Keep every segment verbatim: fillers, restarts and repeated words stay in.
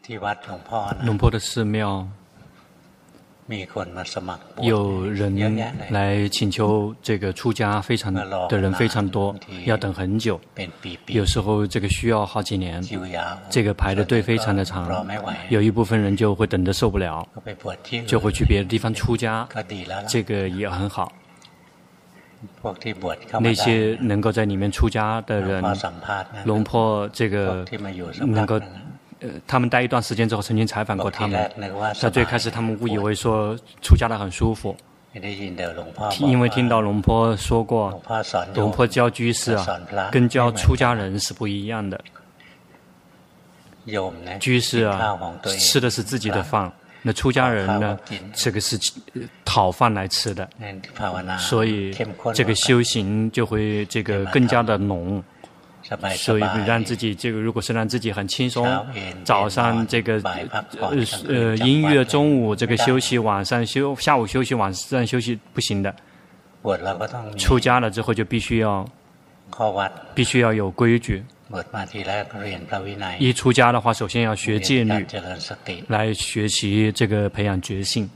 龙坡的寺庙有人来请求这个出家，非常的人非常多，要等很久，有时候这个需要好几年，这个排的队非常的长，有一部分人就会等得受不了，就会去别的地方出家，这个也很好。那些能够在里面出家的人，龙坡这个能够。呃，他们待一段时间之后，曾经采访过他们。在最开始，他们误以为说出家的很舒服，因为听到龙坡说过，龙坡教居士啊，跟教出家人是不一样的。居士啊，吃的是自己的饭，那出家人呢，这个是讨饭来吃的，所以这个修行就会这个更加的浓。所以让自己这个，如果是让自己很轻松，早上这个呃呃音乐，中午这个休息，晚上休，下午休息，晚上休息不行的。出家了之后就必须要必须要有规矩。一出家的话，首先要学戒律，来学习这个培养觉性。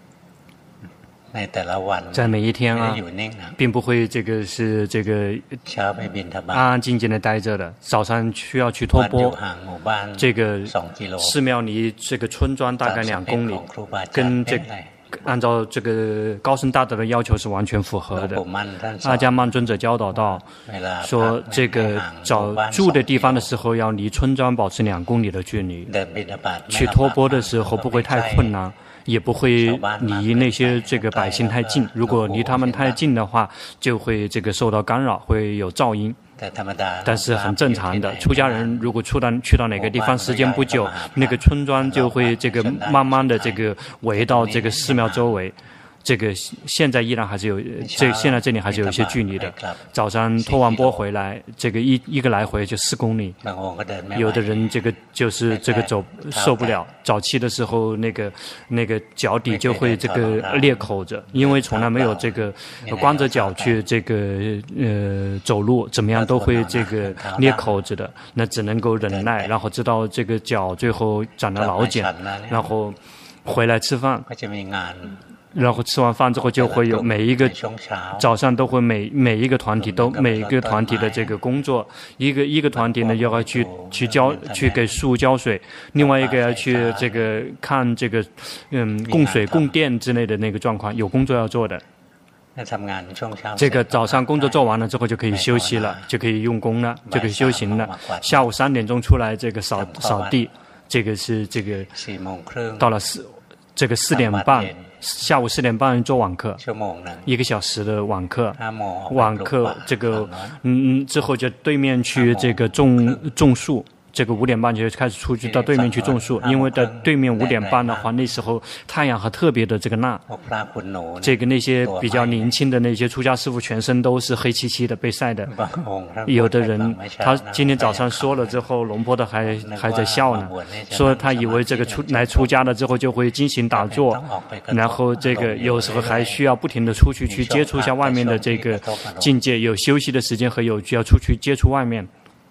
在每一天啊，并不会这个是这个安安静静的待着的。早上需要去托钵，这个寺庙离这个村庄大概两公里，跟这按照这个高僧大德的要求是完全符合的。阿伽曼尊者教导到，说这个找住的地方的时候要离村庄保持两公里的距离，去托钵的时候不会太困难。也不会离那些这个百姓太近，如果离他们太近的话，就会这个受到干扰，会有噪音。但是很正常的，出家人如果出到去到哪个地方，时间不久，那个村庄就会这个慢慢的这个围到这个寺庙周围。这个现在依然还是有，这现在这里还是有一些距离的。早上托完钵回来，这个一一个来回就四公里。有的人这个就是这个走受不了，早期的时候那个那个脚底就会这个裂口着，因为从来没有这个光着脚去这个呃走路，怎么样都会这个裂口着的。那只能够忍耐，然后直到这个脚最后长了老茧，然后回来吃饭。然后吃完饭之后就会有每一个早上都会每每一个团体都每一个团体的这个工作，一个一个团体呢要去去浇去给树浇水，另外一个要去这个看这个嗯供水供电之类的那个状况，有工作要做的。这个早上工作做完了之后就可以休息了，就可以用功了，就可以修行了。下午三点钟出来这个扫扫地，这个是这个到了四这个四点半。下午四点半做晚课，一个小时的晚课。晚课这个，嗯，之后就对面去这个种种树。这个五点半就开始出去到对面去种树，因为在对面五点半的话，那时候太阳还特别的这个辣。这个那些比较年轻的那些出家师父，全身都是黑漆漆的被晒的。有的人他今天早上说了之后，龙坡的还还在笑呢，说他以为这个出来出家了之后就会精行打坐，然后这个有时候还需要不停的出去去接触一下外面的这个境界，有休息的时间和有需要出去接触外面。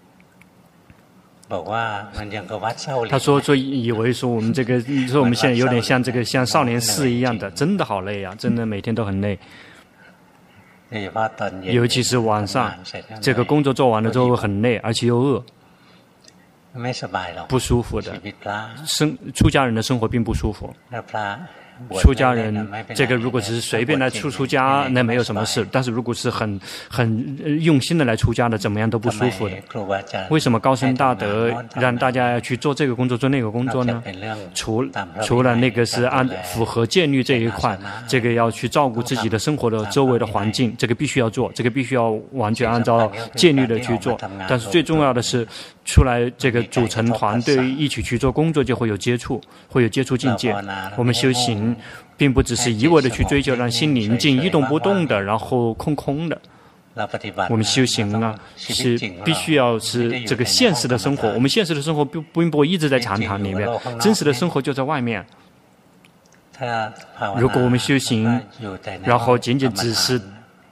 他说说以为说我们这个说我们现在有点像这个像少年寺一样的，真的好累啊，真的每天都很累。尤其是晚上，这个工作做完了之后很累，而且又饿，不舒服的。生出家人的生活并不舒服。出家人这个如果只是随便来出出家，那没有什么事，但是如果是很很用心的来出家的，怎么样都不舒服的。为什么高僧大德让大家要去做这个工作做那个工作呢？除除了那个是按符合戒律这一块，这个要去照顾自己的生活的周围的环境，这个必须要做，这个必须要完全按照戒律的去做。但是最重要的是出来这个组成团队一起去做工作，就会有接触，会有接触境界。我们修行并不只是一味的去追求让心宁静一动不动的，然后空空的。我们修行啊，是必须要是这个现实的生活。我们现实的生活并并不会一直在禅堂里面，真实的生活就在外面。如果我们修行，然后仅仅只是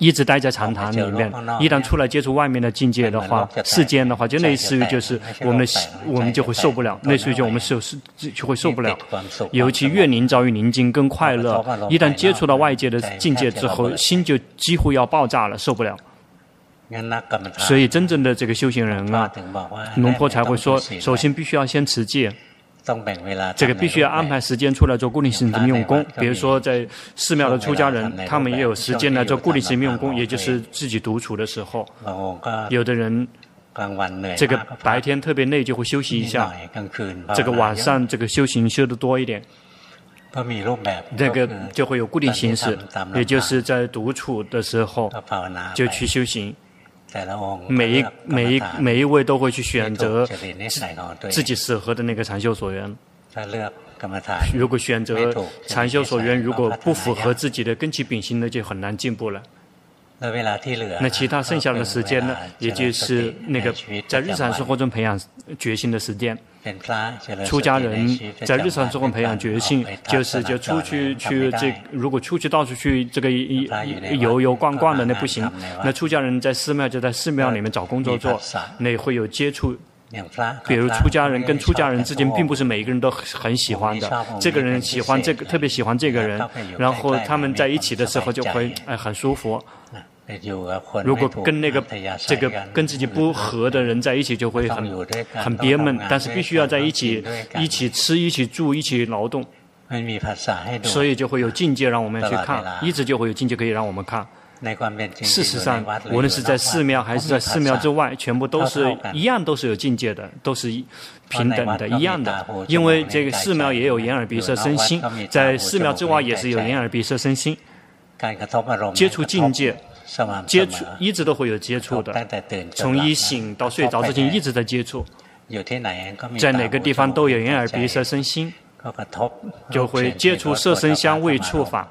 一直待在禅堂里面，一旦出来接触外面的境界的话，世间的话，就类似于就是我们的我们就会受不了，类似于就我们受就会受不了。尤其越宁躁于宁静更快乐，一旦接触到外界的境界之后，心就几乎要爆炸了，受不了。所以真正的这个修行人啊，龙婆才会说，首先必须要先持戒。这个必须要安排时间出来做固定性的用功，比如说在寺庙的出家人，他们也有时间来做固定性用功，也就是自己独处的时候。有的人这个白天特别累，就会休息一下；这个晚上这个修行修得多一点，这个就会有固定形式，也就是在独处的时候就去修行。每一每一每一位都会去选择自己适合的那个禅修所缘。如果选择禅修所缘，如果不符合自己的根器秉行的，就很难进步了。那其他剩下的时间呢，也就是那个在日常生活中培养决心的时间。出家人在日常生活培养决心，就是就出去去这，如果出去到处去这个游游逛逛的那不行。那出家人在寺庙就在寺庙里面找工作做，那会有接触。比如出家人跟出家人之间，并不是每一个人都很喜欢的。这个人喜欢这个，特别喜欢这个人，然后他们在一起的时候就会哎很舒服。如果跟那个这个跟自己不合的人在一起，就会很很憋闷。但是必须要在一起，一起吃，一起住，一起劳动，所以就会有境界让我们去看，一直就会有境界可以让我们看。事实上，无论是在寺庙还是在寺庙之外，全部都是一样，都是有境界的，都是平等的，一样的。因为这个寺庙也有眼耳鼻舌身心，在寺庙之外也是有眼耳鼻舌身心。接触境界。接触一直都会有接触的，从一醒到睡着之前一直在接触，在哪个地方都有眼耳鼻舌身心，就会接触色声香味触法，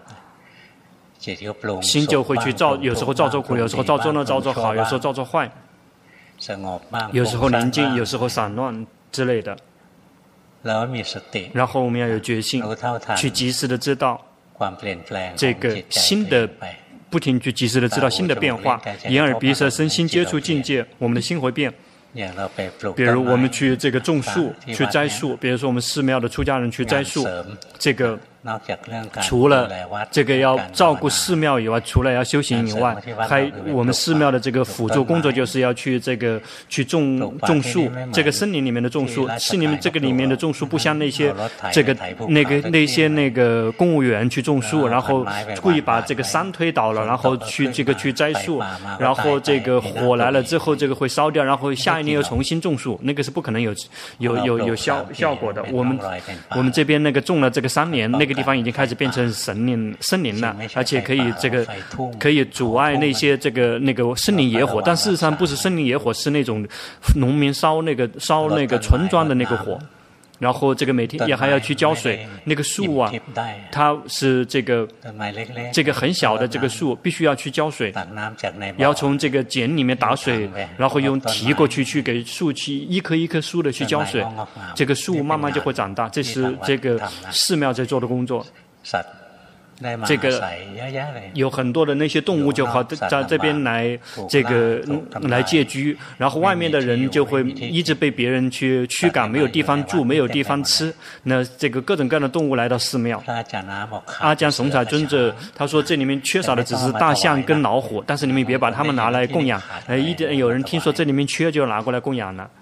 心就会去造，有时候造作苦，有时候造作呢造作好，有时候造作坏，有时候宁静，有时候散乱之类的。然后我们要有决心，去及时的知道这个新的。不停去及时的知道新的变化，眼耳鼻舌身心接触境界，我们的心会变。比如我们去这个种树，去栽树，比如说我们寺庙的出家人去栽树，这个除了这个要照顾寺庙以外，除了要修行以外，还我们寺庙的这个辅助工作就是要去这个去种种树。这个森林里面的种树，森林这个里面的种树不像那些这个那个那些那个公务员去种树，然后故意把这个山推倒了，然后去这个去栽树，然后这个火来了之后，这个会烧掉，然后下一年又重新种树，那个是不可能有有有有效效果的。我们我们这边那个种了这个三年，那个地方已经开始变成森林森林了，而且可以这个可以阻碍那些这个那个森林野火，但事实上不是森林野火，是那种农民烧那个烧那个村庄的那个火。然后这个每天也还要去浇水，那个树啊，它是这个这个很小的这个树，必须要去浇水，要从这个井里面打水，然后用提过去去给树去一棵一棵树的去浇水，这个树慢慢就会长大。这是这个寺庙在做的工作。这个有很多的那些动物就好在这边来这个来借居，然后外面的人就会一直被别人去驱赶，没有地方住，没有地方吃。那这个各种各样的动物来到寺庙，阿姜怂才尊者他说这里面缺少的只是大象跟老虎，但是你们别把它们拿来供养。呃，一点有人听说这里面缺就拿过来供养了。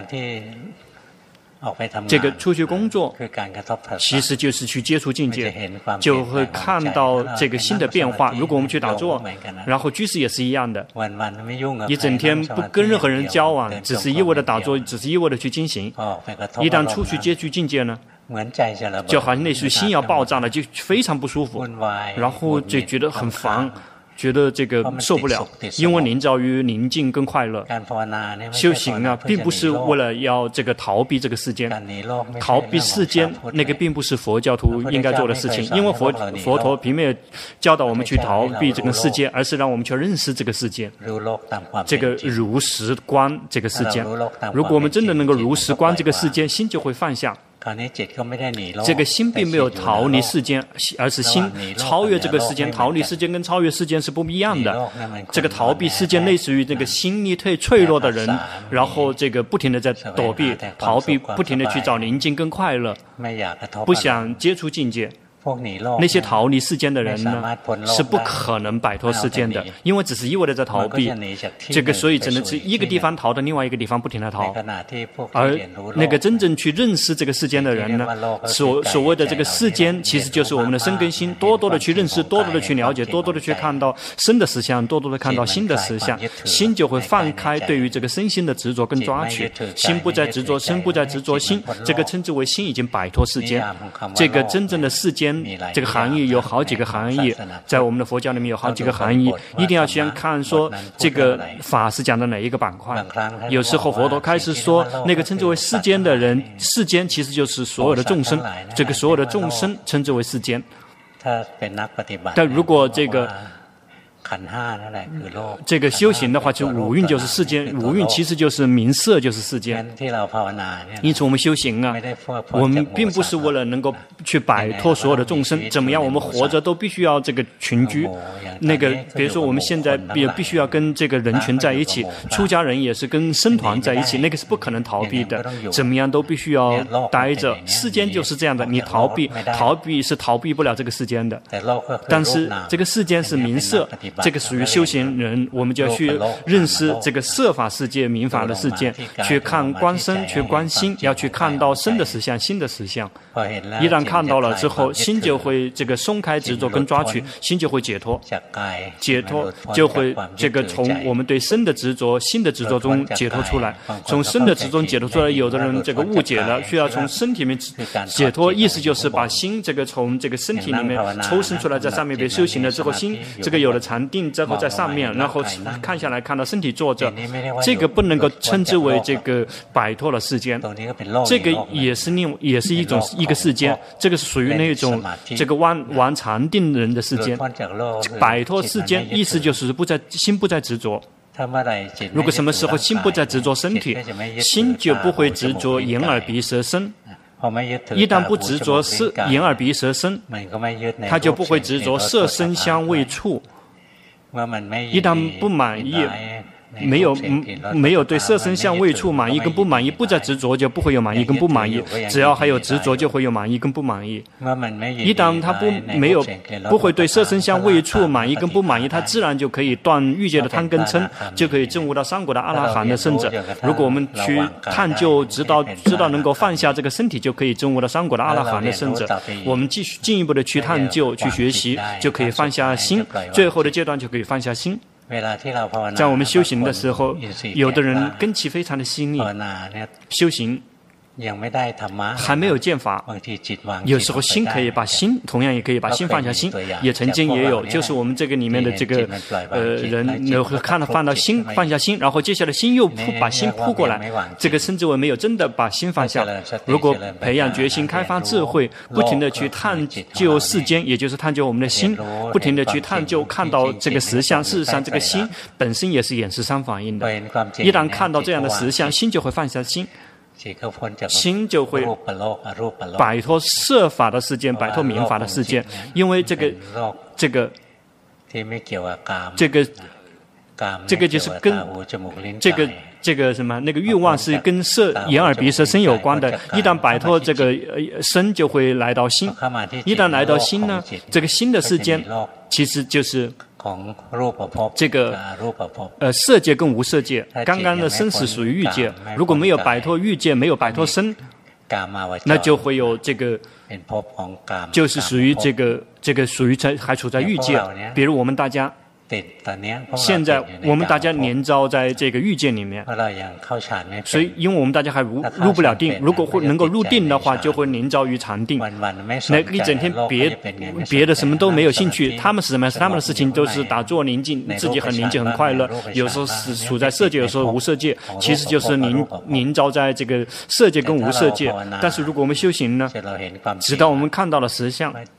这个出去工作其实就是去接触境界，就会看到这个新的变化。如果我们去打坐，然后居士也是一样的，一整天不跟任何人交往，只是一味的打坐，只是一味的去进行。一旦出去接触境界呢，就好像那时候心要爆炸了，就非常不舒服，然后就觉得很烦，觉得这个受不了，因为宁躁于宁静跟快乐。修行啊，并不是为了要这个逃避这个世间，逃避世间那个并不是佛教徒应该做的事情。因为佛佛陀并没有教导我们去逃避这个世界，而是让我们去认识这个世界，这个如实观这个世界。如果我们真的能够如实观这个世界，心就会放下。 这个心并没有逃离世间，而是心超越这个世间。逃离世间跟超越世间是不一样的。这个逃避世间类似于这个心力退脆弱的人，然后这个不停的在躲避、逃避，不停的去找宁静跟快乐，不想接触境界。那些逃离世间的人呢，是不可能摆脱世间的，因为只是一味的在逃避。这个所以只能是一个地方逃到另外一个地方不停的逃。而那个真正去认识这个世间的人呢，所所谓的这个世间，其实就是我们的身跟心，多多的去认识，多多的去了解，多多的去看到身的实相，多多的看到心的实相，心就会放开对于这个身心的执着跟抓取，心不再执着，身不再执着心，这个称之为心已经摆脱世间。这个真正的世间。这个含义有好几个含义，在我们的佛教里面有好几个含义，一定要先看说这个法是讲的哪一个板块。有时候佛陀开始说那个称之为世间的人，世间其实就是所有的众生，这个所有的众生称之为世间。但如果这个这个修行的话，就五蕴就是世间，五蕴其实就是名色，就是世间。因此我们修行啊，我们并不是为了能够去摆脱所有的众生，怎么样？我们活着都必须要这个群居。那个比如说我们现在也必须要跟这个人群在一起，出家人也是跟僧团在一起，那个是不可能逃避的。怎么样都必须要待着。世间就是这样的，你逃避，逃避是逃避不了这个世间的。但是这个世间是名色。这个属于修行人，我们就要去认识这个色法世界、名法的世界，去看观身，去观心，要去看到身的实相、心的实相。一旦看到了之后，心就会这个松开执着跟抓取，心就会解脱，解脱就会这个从我们对身的执着、心的执着中解脱出来。从身的执着中解脱出来，有的人这个误解了，需要从身体里面解脱，意思就是把心这个从这个身体里面抽身出来，在上面被修行了之后，心这个有了禅定之后在上面，然后看下来看到身体坐着，这个不能够称之为这个摆脱了世间，这个也是另也是一种一个世间，这个是属于那种这个玩玩禅定人的世间。摆脱世间意思就是不再心不再执着。如果什么时候心不再执着身体，心就不会执着眼耳鼻舌身。一旦不执着是眼耳鼻舌身，他就不会执着色声香味触。一旦不满意，没有没有对色声香味触满意跟不满意，不再执着就不会有满意跟不满意，只要还有执着就会有满意跟不满意。一旦他不没有不会对色声香味触满意跟不满意，他自然就可以断欲界的贪跟嗔，就可以证悟到三果的阿拉含的圣者。如果我们去探究直到知道能够放下这个身体，就可以证悟到三果的阿拉含的圣者。我们继续进一步的去探究去学习，就可以放下心，最后的阶段就可以放下心。在我们修行的时候，有的人根基非常的细腻，修行还没有见法，有时候心可以把心，同样也可以把心放下心，也曾经也有，就是我们这个里面的这个呃人，看到放到心放下心，然后接下来心又扑把心扑过来，这个称之为没有真的把心放下。如果培养决心、开发智慧，不停的去探究世间，也就是探究我们的心，不停的去探究看到这个实相，事实上这个心本身也是眼识三反应的。一旦看到这样的实相，心就会放下心。心就会摆脱色法的世界，摆脱名法的世界，因为这个这个这个这个就是跟这个这个什么那个欲望是跟色眼耳鼻舌身有关的。一旦摆脱这个身，就会来到心。一旦来到心呢，这个心的世间其实就是这个呃色界跟无色界。刚刚的身是属于欲界，如果没有摆脱欲界，没有摆脱身，那就会有这个就是属于这个这个属于在还处在欲界。比如我们大家现在我们大家连招在这个欲界里面，所以因为我们大家还入入不了定，如果会能够入定的话，就会连招于禅定。那一整天别别的什么都没有兴趣，他们是什么？他们的事情都是打坐宁静，自己很宁静很快乐。有时候是处在色界，有时候无色界，其实就是临临招在这个色界跟无色界。但是如果我们修行呢，直到我们看到了实相，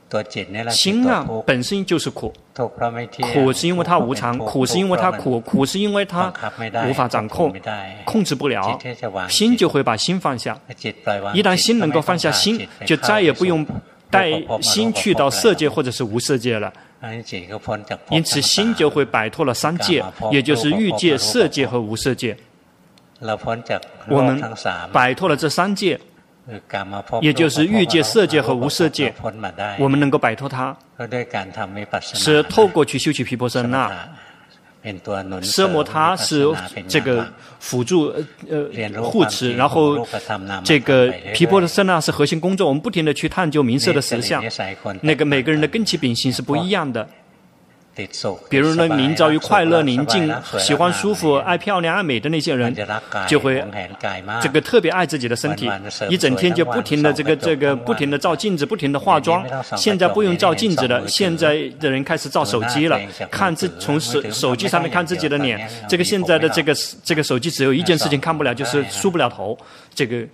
心啊本身就是苦，苦是因为它无常，苦是因为它苦，苦是因为它无法掌控，控制不了，心就会把心放下。一旦心能够放下心，就再也不用带心去到色界或者是无色界了。因此心就会摆脱了三界，也就是欲界、色界和无色界。我们摆脱了这三界，也就是欲界、色界和无色界，我们能够摆脱它，是透过去修习毗婆舍那。奢摩他是这个辅助呃护持，然后这个毗婆舍那是核心工作。我们不停地去探究名色的实相，那个每个人的根器秉性是不一样的。比如呢，营造于快乐、宁静、喜欢舒服、爱漂亮、爱美的那些人，就会这个特别爱自己的身体，一整天就不停的这个这个不停的照镜子，不停的化妆。现在不用照镜子了，现在的人开始照手机了，看自从手手机上面看自己的脸。这个现在的这个这个手机只有一件事情看不了，就是梳不了头。这个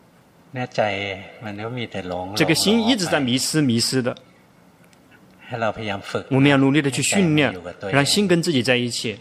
这个心一直在迷失迷失的。我们要努力的去训练，让心跟自己在一起。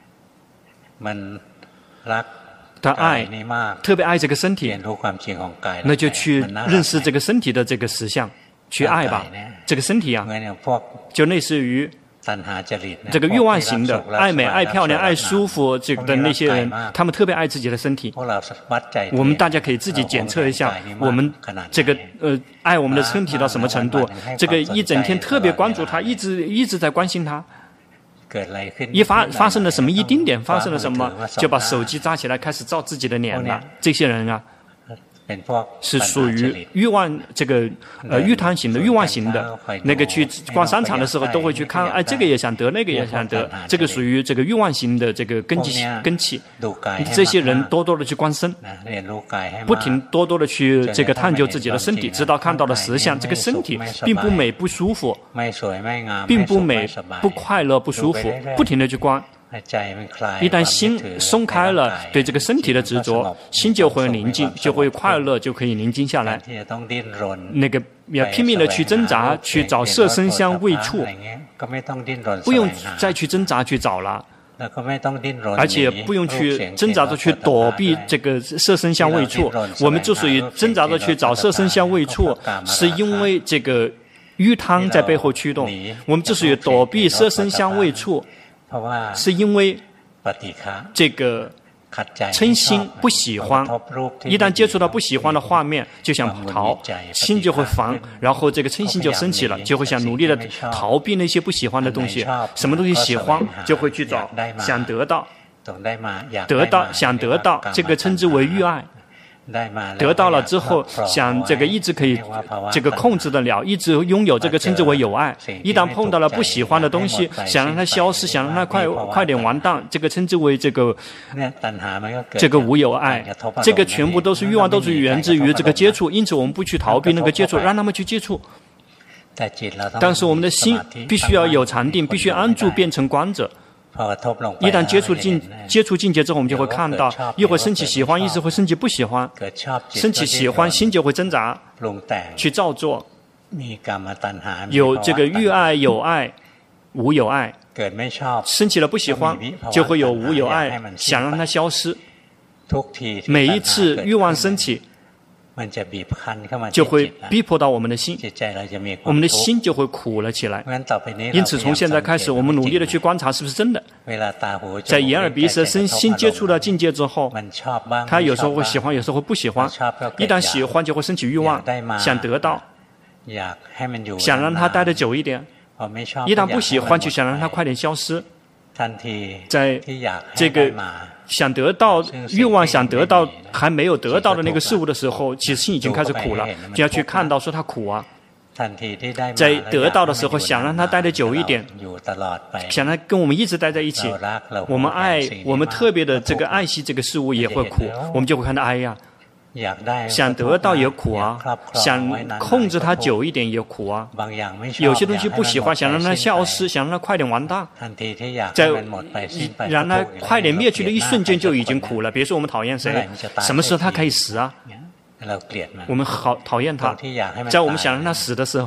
他爱，特别爱这个身体，那就去认识这个身体的这个实相，去爱吧。这个身体啊，就类似于这个欲望型的，爱美、爱漂亮、爱舒服这个的那些人，他们特别爱自己的身体。我们大家可以自己检测一下，我们这个呃爱我们的身体到什么程度？这个一整天特别关注它，一直一直在关心它。一发发生了什么，一丁点发生了什么，就把手机抓起来开始照自己的脸了。这些人啊，是属于欲望这个呃欲贪型的欲望型的，那个去逛商场的时候都会去看，哎，这个也想得，那个也想得，这个属于这个欲望型的这个根基根器。这些人多多的去观身，不停多多的去这个探究自己的身体，直到看到了实相。这个身体并不美不舒服，并不美不快乐不舒服，不停的去观。一旦心松开了对这个身体的执着，心就会宁静，就会快乐，就可以宁静下来。那个要拼命的去挣扎，去找色声香味触，不用再去挣扎去找了，而且不用去挣扎着去躲避这个色声香味触。我们之所以挣扎着去找色声香味触，是因为这个欲贪在背后驱动。我们之所以躲避色声香味触，是因为这个嗔心不喜欢，一旦接触到不喜欢的画面，就想逃，心就会烦，然后这个嗔心就升起了，就会想努力的逃避那些不喜欢的东西。什么东西喜欢，就会去找，想得到，得到，想得到，这个称之为欲爱。得到了之后，想这个一直可以这个控制得了，一直拥有，这个称之为有爱。一旦碰到了不喜欢的东西，想让它消失，想让它快快点完蛋，这个称之为这个这个无有爱。这个全部都是欲望，都是源自于这个接触，因此我们不去逃避那个接触，让他们去接触。但是我们的心必须要有禅定，必须安住，变成观者。一旦接触境接触境界之后，我们就会看到，一会升起喜欢，一直会升起不喜欢。升起喜欢，心就会挣扎，去造作。有这个欲爱、有爱、无有爱。升起了不喜欢，就会有无有爱，想让它消失。每一次欲望升起，就会逼迫到我们的心，我们的心就会苦了起来。因此从现在开始，我们努力的去观察是不是真的。在眼耳鼻舌身心接触到境界之后，他有时候会喜欢，有时候会不喜欢。一旦喜欢，就会升起欲望，想得到，想让他待得久一点。一旦不喜欢，就想让他快点消失。在这个想得到欲望想得到还没有得到的那个事物的时候，其实心已经开始苦了，就要去看到说他苦啊。在得到的时候，想让他待得久一点，想让他跟我们一直待在一起。我们爱，我们特别的这个爱惜这个事物也会苦，我们就会看到哎呀，想得到也苦啊，想控制它久一点也苦啊。有些东西不喜欢，想让它消失，想让它快点完蛋，在让它快点灭去的一瞬间就已经苦了。比如说我们讨厌谁，什么时候他可以死啊？我们好讨厌他，在我们想让他死的时候，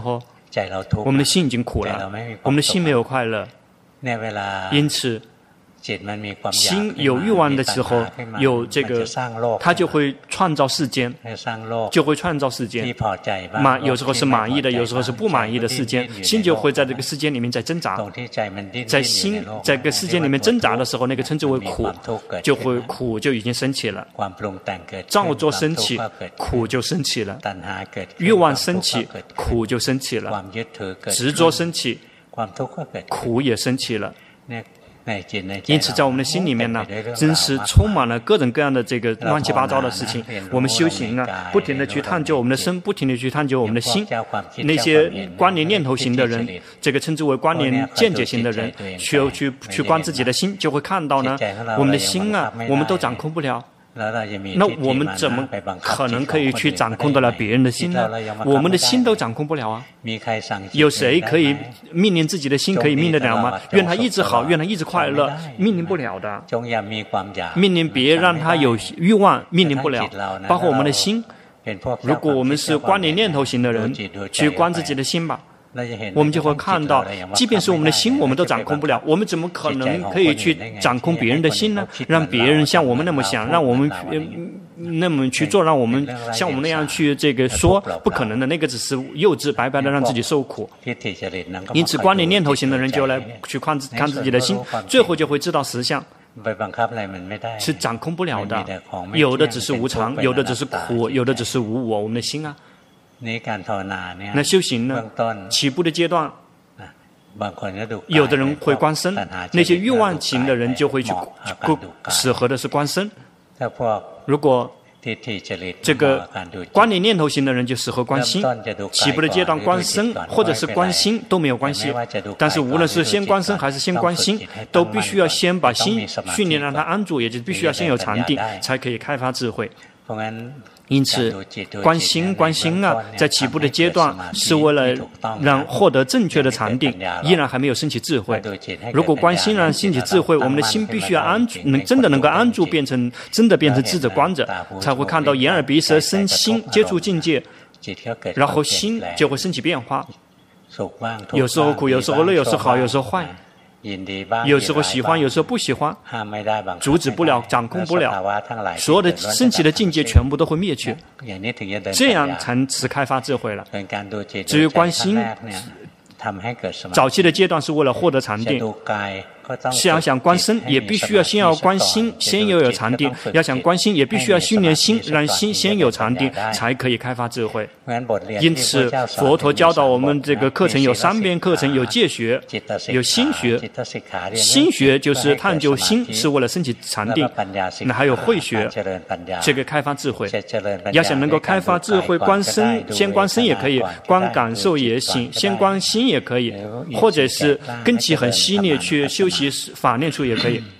我们的心已经苦了，我们的心没有快乐，因此心有欲望的时候，有这个，他就会创造世间，就会创造世间。满有时候是满意的，有时候是不满意的世间，心就会在这个世间里面在挣扎。在心在这个世间里面挣扎的时候，那个称之为苦，就会苦就已经升起了。造作升起，苦就升起了；欲望升起，苦就升起了；执着升起，苦也升起了。因此在我们的心里面呢，真是充满了各种各样的这个乱七八糟的事情。我们修行啊，不停地去探究我们的身，不停地去探究我们的心。那些关联念头型的人，这个称之为关联见解型的人，需要去去观自己的心，就会看到呢，我们的心啊，我们都掌控不了。那我们怎么可能可以去掌控得了别人的心呢？我们的心都掌控不了啊！有谁可以命令自己的心可以命得了吗？愿他一直好，愿他一直快乐，命令不了的。命令别让他有欲望，命令不了。包括我们的心，如果我们是关联念头型的人，去观自己的心吧。我们就会看到，即便是我们的心我们都掌控不了，我们怎么可能可以去掌控别人的心呢？让别人像我们那么想，让我们、呃、那么去做，让我们像我们那样去这个说，不可能的，那个只是幼稚，白白的让自己受苦。因此关联念头型的人就来去看自看自己的心，最后就会知道实相是掌控不了的，有的只是无常，有的只是苦，有的只是无我。我们的心啊，那修行呢？起步的阶段，有的人会观身，那些欲望型的人就会去适合的是观身。如果这个观念念头型的人就适合观心，起步的阶段观身或者是观心都没有关系。但是无论是先观身还是先观心，都必须要先把心训练让它安住，也就是必须要先有禅定，才可以开发智慧。因此，观心观心啊，在起步的阶段是为了让获得正确的禅定，依然还没有升起智慧。如果观心让升起智慧，我们的心必须要安住，能真的能够安住，变成真的变成智者观者，才会看到眼耳鼻舌身心接触境界，然后心就会升起变化。有时候苦，有时候乐，有时候好，有时候坏。有时候喜欢，有时候不喜欢，阻止不了，掌控不了，所有的升起的境界全部都会灭去，这样才是开发智慧了。至于观心，早期的阶段是为了获得禅定，想想观身也必须要先要观心，先要有禅定；要想观心，也必须要训练心，让心先有禅定，才可以开发智慧。因此，佛陀教导我们这个课程有三边课程，有戒学，有心学。心学就是探究心，是为了升起禅定；那还有慧学，这个开发智慧。要想能够开发智慧，观身先观身也可以，观感受也行，先观心也可以，或者是根基很细腻去修习法念处也可以。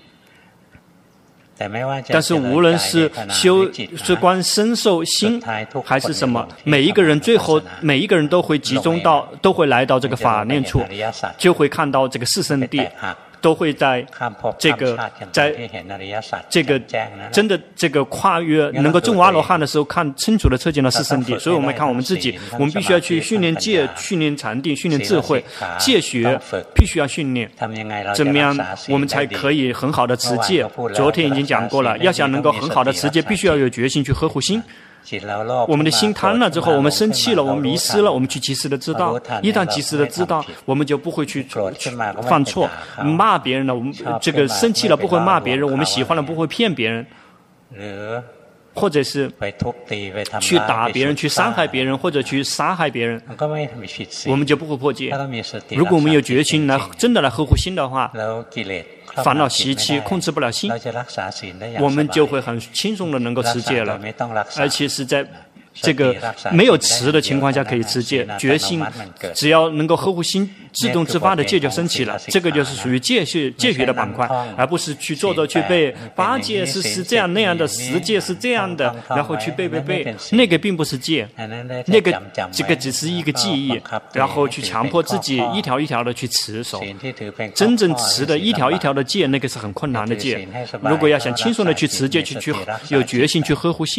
但是无论是修是观身受心还是什么，每一个人最后每一个人都会集中到，都会来到这个法念处，就会看到这个四圣谛，都会在这个在这个真的这个跨越能够证阿罗汉的时候，看清楚的彻见了四圣谛。所以我们看我们自己，我们必须要去训练戒，训练禅定，训练智慧。戒学必须要训练，怎么样我们才可以很好的持戒？昨天已经讲过了，要想能够很好的持戒，必须要有决心去呵护心。我们的心贪了之后，我们生气了，我们迷失了，我们去及时的知道。一旦及时的知道，我们就不会去犯错。骂别人了，我们这个生气了不会骂别人，我们喜欢了不会骗别人，或者是去打别人，去伤害别人，或者去杀害别人，我们就不会破戒。如果我们有决心来真的来呵护心的话，烦恼习气控制不了心，我们就会很轻松的能够持戒了，而且是在这个没有持的情况下可以持戒，决心只要能够呵护心，自动自发的戒就升起了。这个就是属于戒学戒学的板块，而不是去做着去背八戒是是这样那样的，十戒是这样的，然后去背背背，那个并不是戒，那个这个只是一个记忆，然后去强迫自己一条一条的去持守。真正持的一条一条的戒，那个是很困难的戒。如果要想轻松的去持戒，去去有决心去呵护心，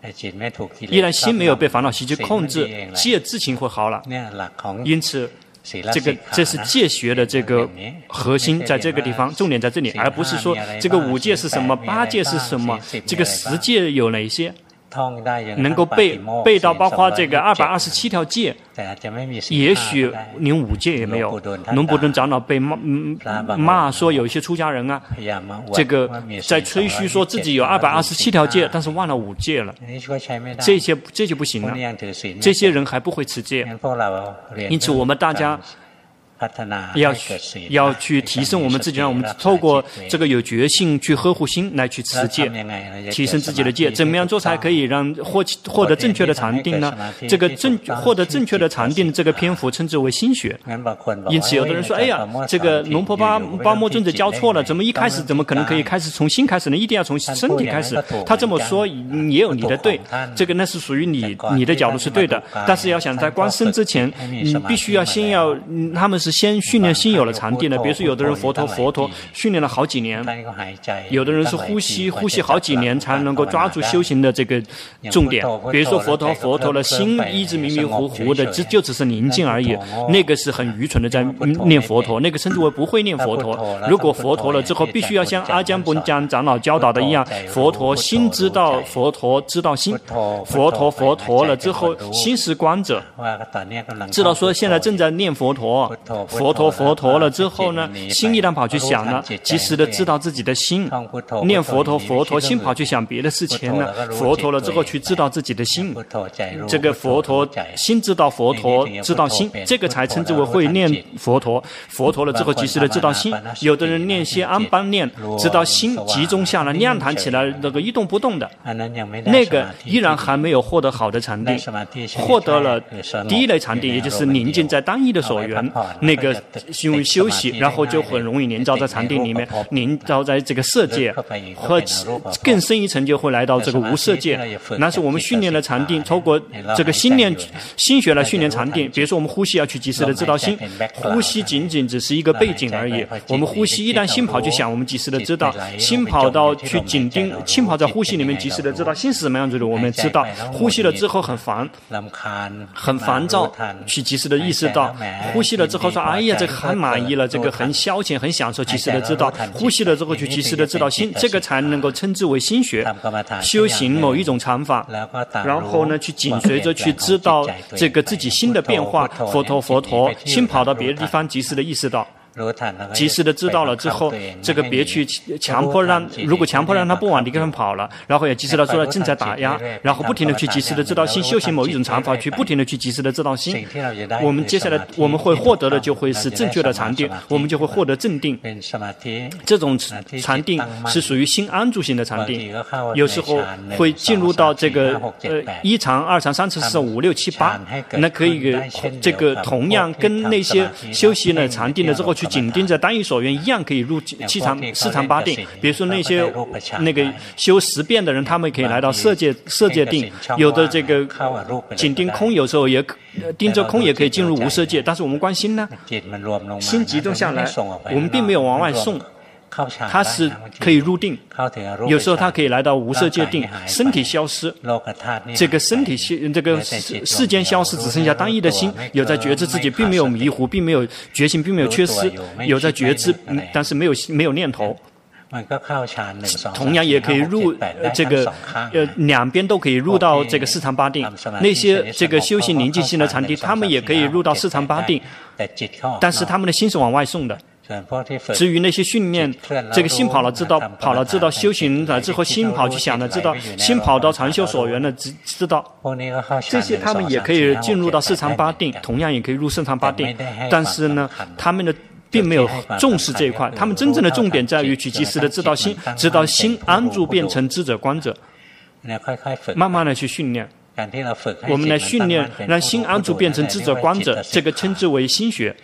依然心没有被烦恼习气控制，戒自情会好了。因此，这个这是戒学的这个核心，在这个地方，重点在这里，而不是说这个五戒是什么，八戒是什么，这个十戒有哪些。能够背背到包括这个二百二十七条戒，也许连五戒也没有。龙普顿长老被骂、嗯、骂说有一些出家人啊，这个在吹嘘说自己有二百二十七条戒，但是忘了五戒了，这些这就不行了。这些人还不会持戒，因此我们大家要要去提升我们自己，让我们透过这个有决心去呵护心来去持戒，提升自己的戒。怎么样做才可以让获获得正确的禅定呢？这个正获得正确的禅定，这个篇幅称之为心学。因此，有的人说：“哎呀，这个龙婆巴巴摩尊者教错了，怎么一开始怎么可能可以开始从心开始呢？一定要从身体开始。”他这么说也有你的对，这个那是属于你你的角度是对的。但是要想在观身之前，你必须要先要他们是。先训练心有了禅定的，比如说有的人佛陀佛陀训练了好几年，有的人是呼吸呼吸好几年才能够抓住修行的这个重点。比如说佛陀佛陀的心一直迷迷糊糊的，只就只是宁静而已，那个是很愚蠢的在念佛陀，那个称之为不会念佛陀。如果佛陀了之后，必须要像阿姜本江长老教导的一样，佛陀心知道佛陀知道心，佛陀佛陀了之后，心是观者，知道说现在正在念佛陀。佛陀佛陀了之后呢，心一旦跑去想呢，及时的知道自己的心，念佛陀佛陀，心跑去想别的事情呢，佛陀了之后去知道自己的心，这个佛陀心知道佛陀知道心，这个才称之为会念佛陀。佛陀了之后及时的知道心，有的人念些安般念，知道心集中下来，亮堂起来，那个一动不动的，那个依然还没有获得好的禅定，获得了第一类禅定，也就是宁静在单一的所缘。那个因为休息，然后就很容易凝照在禅定里面，凝照在这个色界，和更深一层就会来到这个无色界。那是我们训练了禅定，透过这个心念心学来训练禅定。比如说我们呼吸要去及时的知道心，呼吸仅仅只是一个背景而已。我们呼吸一旦心跑去想，我们及时的知道；心跑到去紧盯，心跑在呼吸里面及时的知道心是什么样子的，我们知道。呼吸了之后很烦，很烦躁，去及时的意识到。呼吸了之后说：“哎呀，这个很满意了，这个很消遣，很享受。”及时的知道，呼吸了之后去及时的知道心，这个才能够称之为心学。修行某一种禅法，然后呢，去紧随着去知道这个自己心的变化。佛陀佛陀，心跑到别的地方，及时的意识到。及时的知道了之后，这个别去强迫让，如果强迫让他不往地方跑了，然后也及时的说了正在打压，然后不停的去及时的知道心，修行某一种禅法，去不停的去及时的知道心。我们接下来我们会获得的就会是正确的禅定，我们就会获得正定。这种禅定是属于心安住型的禅定，有时候会进入到这个呃一禅、二禅、三禅、四禅、五六七八，那可以这个同样跟那些修习了禅定了之后。去紧盯着单一所缘一样可以入七禅四禅八定。比如说那些那个修十遍的人，他们可以来到色界色界定，有的这个紧盯空，有时候也盯着空也可以进入无色界。但是我们观心呢，心集中下来，我们并没有往外送，它是可以入定，有时候它可以来到无色界定，身体消失，这个身体这个世间消失，只剩下单一的心，有在觉知自己，并没有迷糊，并没有觉醒，并没有缺失，有在觉知，但是没有没有念头。同样也可以入这个呃两边都可以入到这个四禅八定。那些这个修行宁静心的禅定，他们也可以入到四禅八定，但是他们的心是往外送的。至于那些训练这个心跑了知道跑了知道修行了之后，心跑去想了知道，心跑到禅修所缘了知知道，这些他们也可以进入到四禅八定，同样也可以入四禅八定。但是呢，他们的并没有重视这一块，他们真正的重点在于去及时的知道心，知道心安住变成知者观者，慢慢的去训练。我们来训练让心安住变成知者观者，这个称之为心学。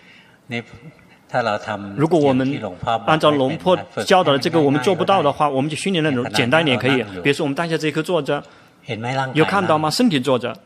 如果我们按照龙婆教导的这个我们做不到的话，我们就训练那种简单一点可以。比如说我们当下这一刻坐着，有看到吗？身体坐着，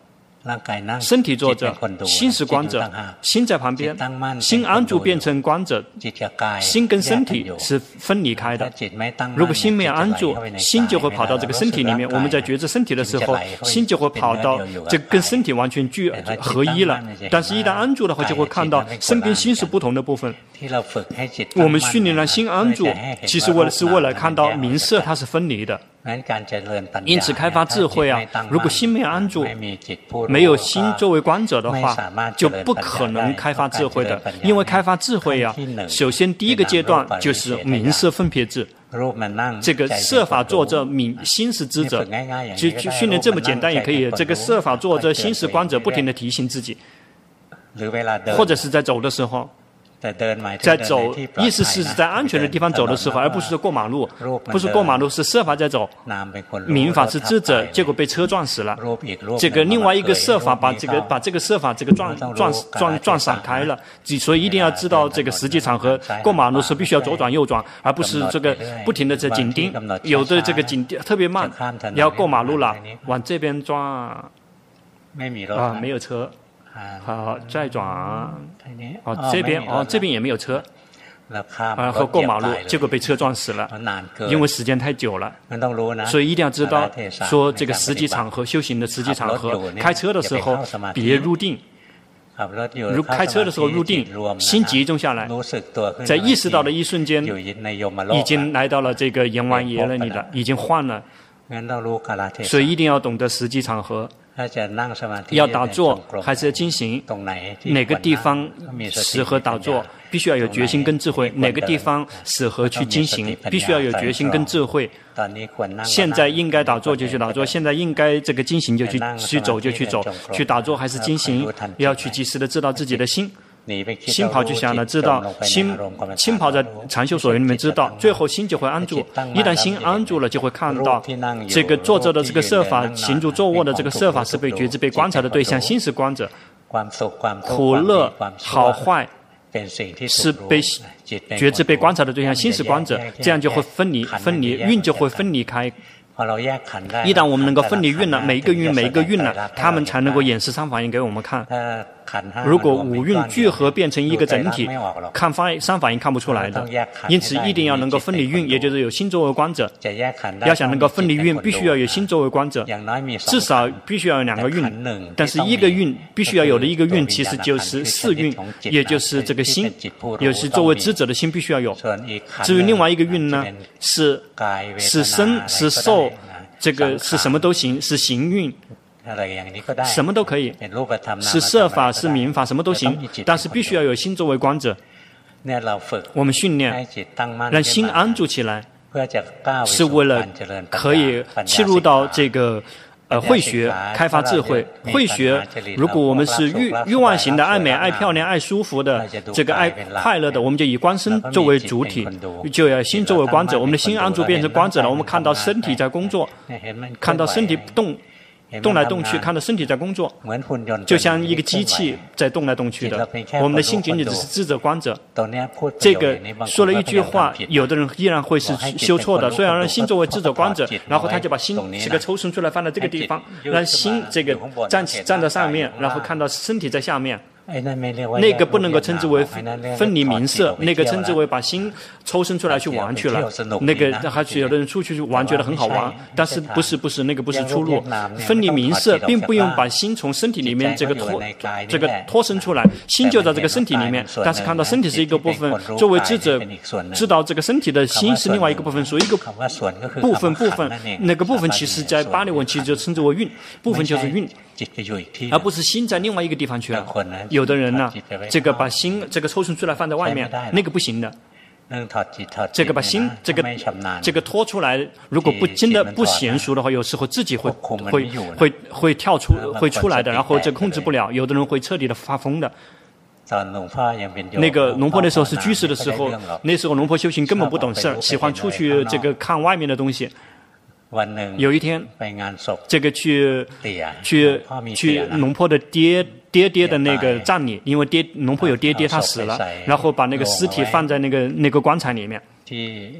身体坐着，心是观者，心在旁边，心安住变成观者，心跟身体是分离开的。如果心没有安住，心就会跑到这个身体里面。我们在觉知身体的时候，心就会跑到这跟身体完全聚合一了。但是，一旦安住的话，就会看到身跟心是不同的部分。我们训练了心安住，其实为了是为了看到明色它是分离的。因此，开发智慧啊，如果心没有安住，没有心作为观者的话，就不可能开发智慧的。因为开发智慧啊，首先第一个阶段就是明色分别智。这个色法作者，明心是知者，就就训练这么简单也可以。这个色法作者，心是观者，不停地提醒自己，或者是在走的时候。在走，意思是在安全的地方走的时候，而不是过马路。不是过马路，是色法在走。明法是知者，结果被车撞死了。这个另外一个色法把这个把这个色法这个撞撞撞撞闪开了。所以一定要知道这个实际场合，过马路是必须要左转右转，而不是这个不停的在紧盯。有的这个紧盯特别慢，要过马路了，往这边撞啊，没有车。好，再转，哦，这边哦，这边也没有车，然后过马路，结果被车撞死了，因为时间太久了，所以一定要知道，说这个实际场合修行的实际场合，开车的时候别入定，如开车的时候入定，心集中下来，在意识到的一瞬间，已经来到了这个阎王爷那里了，已经换了，所以一定要懂得实际场合。要打坐还是要进行？哪个地方适合打坐，必须要有决心跟智慧；哪个地方适合去进行，必须要有决心跟智慧。现在应该打坐就去打坐，现在应该这个进行就去去走就去走，去打坐还是进行，要去及时的知道自己的心。心跑去想了，知道心心跑在禅修所里面，知道最后心就会安住。一旦心安住了，就会看到这个坐着的这个色法，行住坐卧的这个色法是被觉知、被观察的对象，心是观者。苦乐好坏是被觉知、被观察的对象，心是观者，这样就会分离，分离运就会分离开。一旦我们能够分离运了，每一个运每一个运了，他们才能够演示三法印给我们看。如果五蕴聚合变成一个整体，看法三法印看不出来的。因此一定要能够分离运，也就是有心作为观者。要想能够分离运，必须要有心作为观者，至少必须要有两个运。但是一个运必须要有的一个运，其实就是四运，也就是这个心，也是作为知者的心必须要有。至于另外一个运呢，是是身是受，这个是什么都行，是行运。什么都可以，是色法是明法，什么都行，但是必须要有心作为观者。我们训练让心安住起来，是为了可以切入到这个呃慧学，开发智慧。慧学，如果我们是欲欲望型的，爱美、爱漂亮、爱舒服的，这个爱快乐的，我们就以观身作为主体，就要心作为观者。我们的心安住变成观者了，我们看到身体在工作，看到身体动。动来动去，看到身体在工作，就像一个机器在动来动去的。我们的心仅仅只是知者观者。这个说了一句话，有的人依然会是修错的。虽然让心作为知者观者，然后他就把心这个抽身出来放在这个地方，让心这个站起站在上面，然后看到身体在下面。那个不能够称之为分离明色，那个称之为把心抽身出来去玩去了。那个还是有的人出去玩觉得很好玩，但是不是不是那个不是出路。分离明色，并不用把心从身体里面这个脱这个脱身出来，心就在这个身体里面，但是看到身体是一个部分，作为知者知道这个身体的心是另外一个部分，属于一个部分部分，那个部分其实在巴利文其实就称之为运，部分就是运，而不是心在另外一个地方去了。有的人呢，这个把心这个抽身出来放在外面，那个不行的。这个把心这个这个拖出来，如果不真的不娴熟的话，有时候自己会会会会跳出会出来的，然后这控制不了。有的人会彻底的发疯的。那个龙婆那时候是居士的时候，那时候龙婆修行根本不懂事儿，喜欢出去这个看外面的东西。有一天，这个去去去龙婆的爹爹爹的那个葬礼，因为爹龙婆有爹爹他死了，然后把那个尸体放在那个那个棺材里面。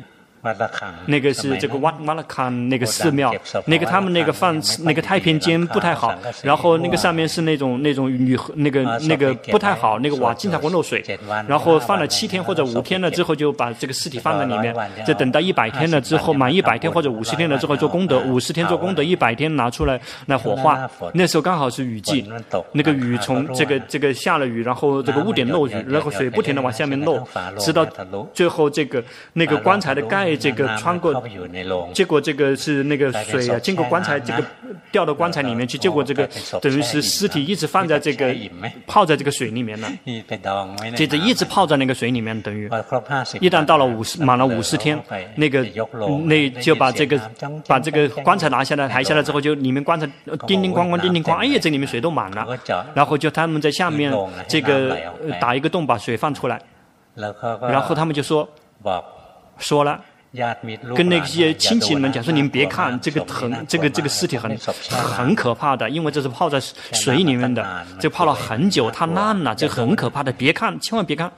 那个是这个瓦瓦拉康那个寺庙，那个他们那个放那个太平间不太好，然后那个上面是那种那种铝那个那个不太好，那个瓦经常会漏水，然后放了七天或者五天了之后，就把这个尸体放在里面，就等到一百天了之后，满一百天或者五十天了之后做功德，五十天做功德，一百天拿出来来火化。那时候刚好是雨季，那个雨从这个这个下了雨，然后这个屋顶漏雨，然后水不停的往下面漏，直到最后这个那个棺材的盖这个穿过，结果这个是那个水啊经过棺材这个掉到棺材里面去，结果这个等于是尸体一直放在这个泡在这个水里面了，接着一直泡在那个水里面，等于一旦到了五十满了五十天，那个那就把这个把这个棺材拿下来抬下来之后，就里面棺材叮叮咣咣叮叮咣，哎呀这里面水都满了，然后就他们在下面这个打一个洞把水放出来，然后他们就说说了。跟那些亲戚们讲说，你们别看这个很这个这个尸体很很可怕的，因为这是泡在水里面的，这泡了很久，它烂了，这很可怕的，别看，千万别看。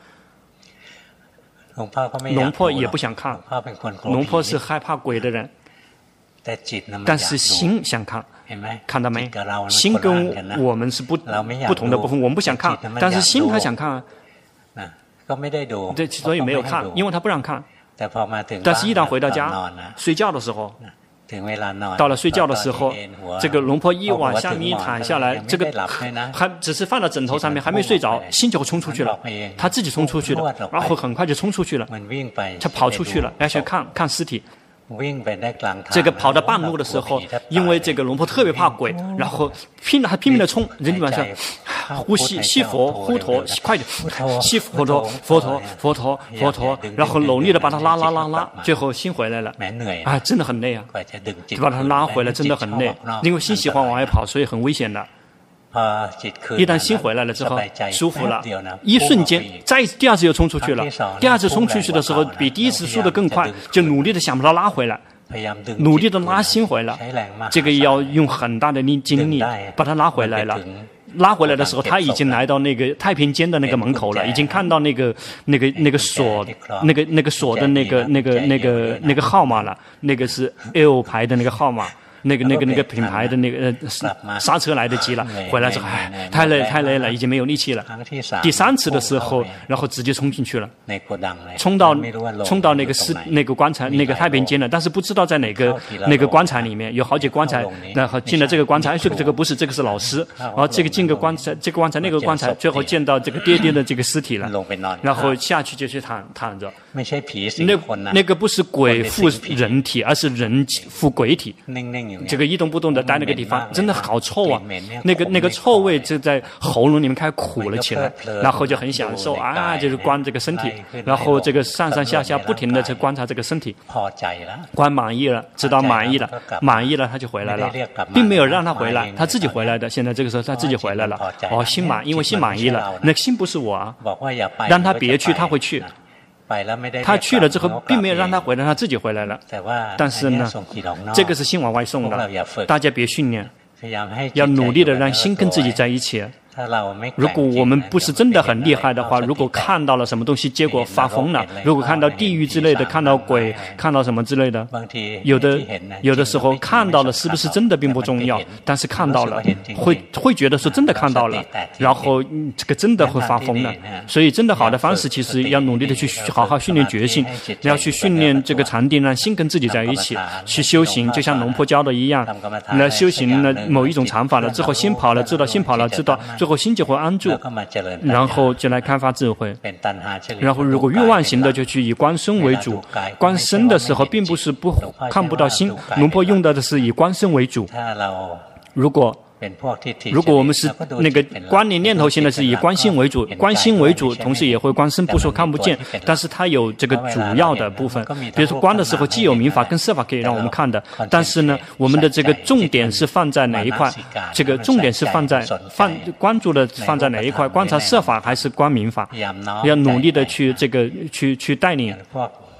龙婆也不想看，龙婆是害怕鬼的人，但是心想看。看到没？心跟我们是不不同的部分，我们不想看，但是心他想看啊。对，所以没有看，因为他不让看。但是，一旦回到家睡觉的时候，到了睡觉的时候，这个龙婆一往下面一躺下来，这个还只是放到枕头上面，还没睡着，心就冲出去了，他自己冲出去了，然后很快就冲出去了，他跑出去了，要去看看尸体。这个跑到半路的时候，因为这个龙婆特别怕鬼，然后拼了，还拼命的冲，人就晚上呼吸，吸佛，呼陀，快点，吸佛陀，佛陀，佛陀，佛陀，然后努力的把他拉拉拉拉，最后心回来了，啊，真的很累啊，就把他拉回来，真的很累，因为心喜欢往外跑，所以很危险的。一旦心回来了之后，舒服了，一瞬间，再第二次又冲出去了。第二次冲出去的时候，比第一次速度更快，就努力的想把它拉回来，努力的拉心回来。这个要用很大的力精力把它拉回来了。拉回来的时候，他已经来到那个太平间的那个门口了，已经看到那个那个那个锁，那个那个锁的那个那个那个那个号码了，那个是 L 牌的那个号码。那个、那个、那个品牌的那个呃刹车来得及了，回来之后，哎，太累太累了，已经没有力气了。第三次的时候，然后直接冲进去了，冲到冲到那个是那个棺材那个太平间了，但是不知道在哪个那个棺材里面，有好几个棺材，然后进了这个棺材，这个这个不是，这个是老师，然后这个进个棺材，这个棺材那个棺材，最后见到这个爹爹的这个尸体了，然后下去就去躺躺着。那那个不是鬼附人体，而是人附鬼体。这个一动不动的待那个地方，真的好臭啊！那个那个臭味就在喉咙里面开始苦了起来，然后就很享受啊，就是观这个身体，然后这个上上下下不停的去观察这个身体，观满意了，知道满意了，满意了他就回来了，并没有让他回来，他自己回来的。现在这个时候他自己回来了，哦，心满，因为心满意了，那心不是我啊，让他别去，他会去。他去了之后，并没有让他回来，他自己回来了。但是呢，这个是心往外送的，大家别训练，要努力的让心跟自己在一起。如果我们不是真的很厉害的话，如果看到了什么东西，结果发疯了；如果看到地狱之类的，看到鬼，看到什么之类的，有的有的时候看到了是不是真的并不重要，但是看到了会会觉得说真的看到了，然后、嗯、这个真的会发疯的。所以真的好的方式，其实要努力的去好好训练决心，要去训练这个禅定，让心跟自己在一起去修行，就像龙婆教的一样，那修行了某一种禅法了之后，心跑了知道，心跑了知道。最后心就会安住，然后就来开发智慧。然后如果欲望型的，就去以观身为主。观身的时候，并不是不看不到心，龙婆用到的是以观身为主。如果如果我们是那个观念念头型的，是以观心为主，观心为主，同时也会观身，不说看不见，但是它有这个主要的部分。比如说观的时候，既有明法跟色法可以让我们看的，但是呢，我们的这个重点是放在哪一块？这个重点是放在放关注的放在哪一块？观察色法还是观明法？要努力的去这个去去带领。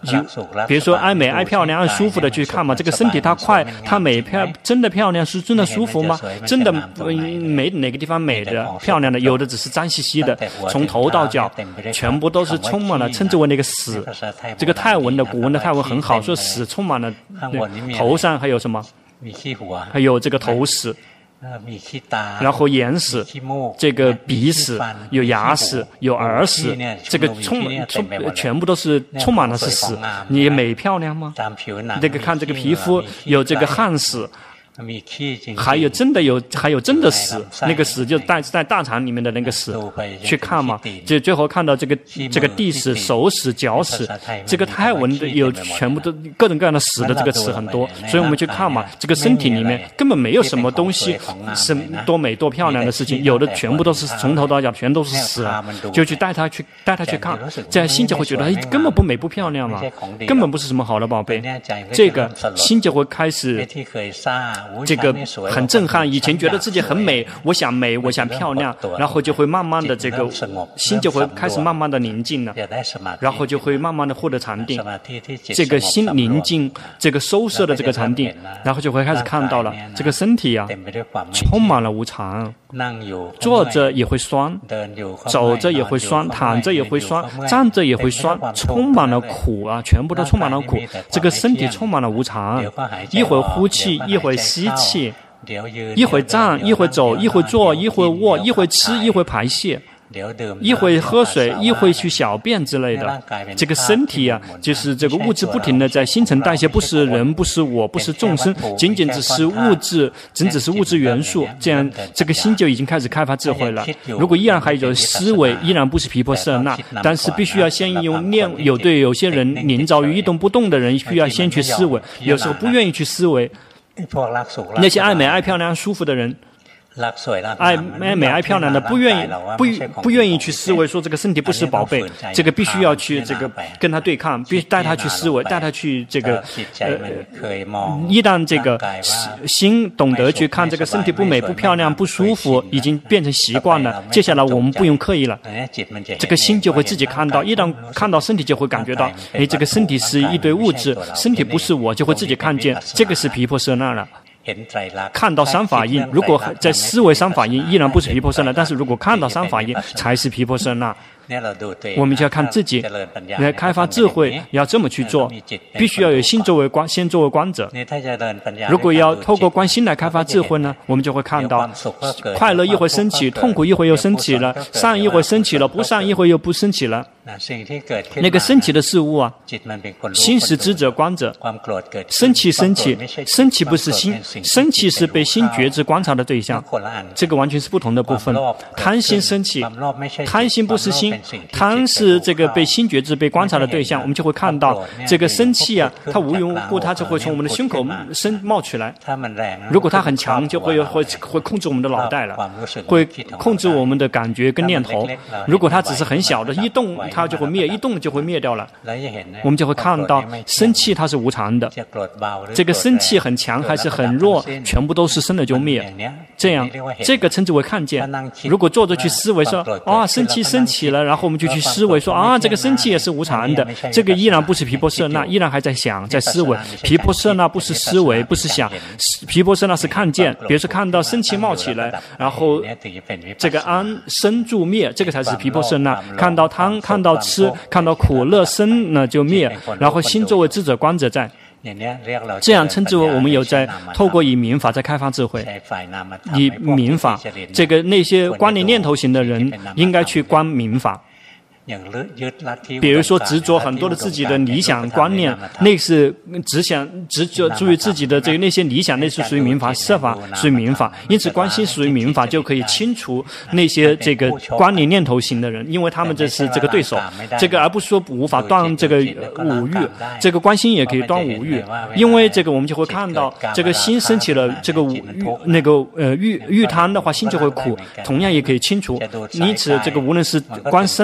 比如说爱美、爱漂亮、爱舒服的去看嘛，这个身体它快、它美、漂，真的漂亮是真的舒服吗？真的没哪个地方美的、漂亮的，有的只是脏兮兮的，从头到脚全部都是充满了，称之为那个屎。这个泰文的古文的泰文很好，说屎充满了头上，还有什么？还有这个头屎。然后眼屎，这个鼻屎，有牙屎，有耳屎，这个充充全部都是充满了是屎。你美漂亮吗？这个看这个皮肤有这个汗屎。还有真的有，还有真的屎，那个屎就在在大肠里面的那个屎，去看嘛，就最后看到这个这个地屎、手屎、脚屎，这个泰文的有全部都各种各样的屎的这个词很多，所以我们去看嘛，这个身体里面根本没有什么东西是多美多漂亮的事情，有的全部都是从头到脚全都是屎啊，就去带他去带他去看，这样心就会觉得哎根本不美不漂亮嘛，根本不是什么好的宝贝，这个心就会开始。这个很震撼，以前觉得自己很美，我想美，我想漂亮，然后就会慢慢的这个心就会开始慢慢的宁静了，然后就会慢慢的获得禅定，这个心宁静，这个收摄的这个禅定，然后就会开始看到了这个身体啊，充满了无常，坐着也会酸，走着也会酸，躺着也会酸，站着也会酸，充满了苦啊，全部都充满了苦，这个身体充满了无常，一会儿呼气，一会儿吸气，一会站，一会走，一会坐，一会卧，一会吃，一会排泄，一会喝水，一会去小便之类的。这个身体啊，就是这个物质不停的在新陈代谢，不是人，不是我，不是众生，仅仅只是物质，仅只是物质元素。这样，这个心就已经开始开发智慧了。如果依然还有思维，依然不是毗婆舍那，但是必须要先用念。有对有些人临着于一动不动的人，需要先去思维，有时候不愿意去思维。那些爱美、爱漂亮、舒服的人，爱爱美、爱漂亮的，不愿意不不愿意去思维，说这个身体不是宝贝，这个必须要去这个跟他对抗，必须带他去思维，带他去这个呃，一旦这个心懂得去看这个身体不美、不漂亮、不舒服，已经变成习惯了。接下来我们不用刻意了，这个心就会自己看到。一旦看到身体，就会感觉到，哎，这个身体是一堆物质，身体不是我，就会自己看见，这个是毗婆舍那了。看到三法印，如果在思维三法印，依然不是毗婆舍那，但是如果看到三法印，才是毗婆舍那。我们就要看自己来开发智慧，要这么去做，必须要有心作为观，先作为观者。如果要透过观心来开发智慧呢，我们就会看到快乐一会升起，痛苦一会又升起了，善一会升起了，不善一会又不升起了。那个升起的事物啊，心是知者观者，升起升起，升起不是心，升起是被心觉知观察的对象，这个完全是不同的部分。贪心升起，贪心不是心，贪是这个被心觉知、被观察的对象，我们就会看到这个生气啊，它无缘无故，它就会从我们的胸口生冒起来。如果它很强，就会会会控制我们的脑袋了，会控制我们的感觉跟念头。如果它只是很小的，一动它就会灭，一动就会灭掉了。我们就会看到生气它是无常的，这个生气很强还是很弱，全部都是生了就灭。这样，这个称之为看见。如果坐着去思维说，啊，生气升起了，然后我们就去思维说，啊，这个生气也是无常的，这个依然不是毗婆舍那，依然还在想，在思维。毗婆舍那不是思维，不是想，毗婆舍那是看见。比如说看到生气冒起来，然后这个安生住灭，这个才是毗婆舍那。看到贪，看到吃，看到苦乐生呢就灭，然后心作为知者观者在。这样称之为我们有在透过以民法在开发智慧，以民法，这个那些观念念头型的人应该去观民法。比如说执着很多的自己的理想观念，那是只想执着注意自己的这个那些理想，那是属于民法，设法属于民法，因此观心属于民法，就可以清除那些这个观念念头型的人，因为他们这是这个对手，这个而不是说无法断这个五欲，这个观心也可以断五欲，因为这个我们就会看到这个心升起了这个五欲那个呃欲欲贪的话，心就会苦，同样也可以清除，因此这个无论是观身也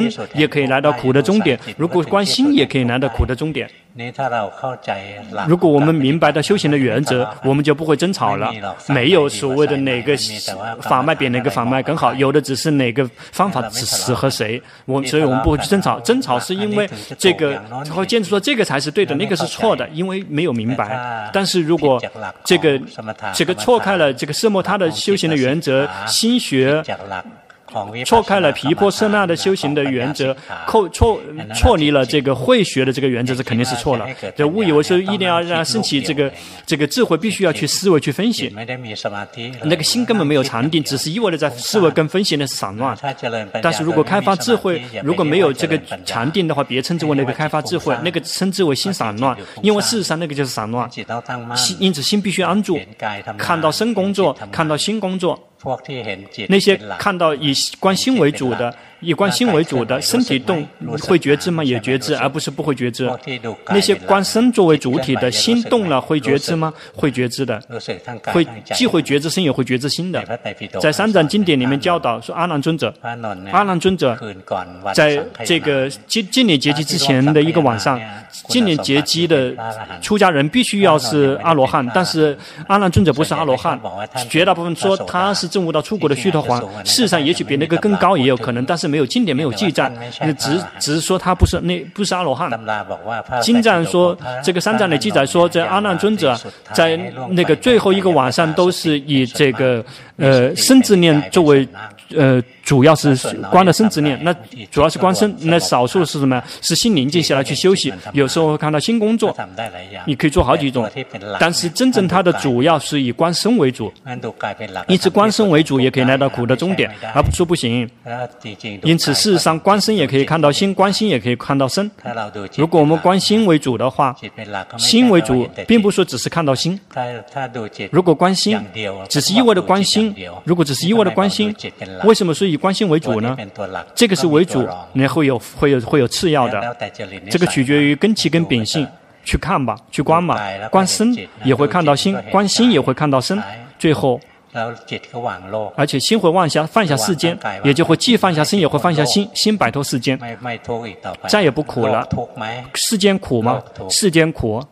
可以来到苦的终点，如果观心也可以来到苦的终点。如果我们明白到修行的原则，我们就不会争吵了。没有所谓的哪个法脉比哪个法脉更好，有的只是哪个方法只适合谁。我所以我们不会去争吵。争吵是因为这个会坚持说这个才是对的，那个是错的，因为没有明白。但是如果这个这个错开了这个色摩他的修行的原则，心学错开了毗婆舍那的修行的原则，错错错离了这个慧学的这个原则，这肯定是错了。这误以为说一定要让升起这个这个智慧，必须要去思维去分析。那个心根本没有禅定，只是一味的在思维跟分析，那是散乱。但是如果开发智慧，如果没有这个禅定的话，别称之为那个开发智慧，那个称之为心散乱，因为事实上那个就是散乱。心因此心必须安住，看到身工作，看到心工作。那些看到以观心为主的，以观心为主的，身体动会觉知吗？也觉知，而不是不会觉知。那些观身作为主体的，心动了会觉知吗？会觉知的，会既会觉知身，也会觉知心的。在三藏经典里面教导说，阿难尊者，阿难尊者在这个经经典结集之前的一个晚上，经典结集的出家人必须要是阿罗汉，但是阿难尊者不是阿罗汉，绝大部分说他是证悟到出国的须陀洹，事实上也许比那个更高也有可能，但是没有经典没有记载，只只是说他不是那不是阿罗汉。经藏说这个三藏的记载说，这阿难尊者在那个最后一个晚上都是以这个呃身自念作为呃主要是观的身自念，那主要是观身，那少数是什么？是心宁静下来去休息，有时候会看到心工作，你可以做好几种，但是真正它的主要是以观身为主，因此观身为主也可以来到苦的终点，而不说不行。因此事实上观身也可以看到心，观心也可以看到身。如果我们观心为主的话，心为主并不说只是看到心，如果观心只是一味的观心，如果只是一味的观心，为什么说以观心为主呢？这个是为主，然后有会有会有次要的，这个取决于根器跟秉性，去看吧，去观吧，观身也会看到心，观心也会看到身，最后而且心会放下放下世间，也就会既放下身也会放下心，心摆脱世间，再也不苦了。世间苦吗？世间苦。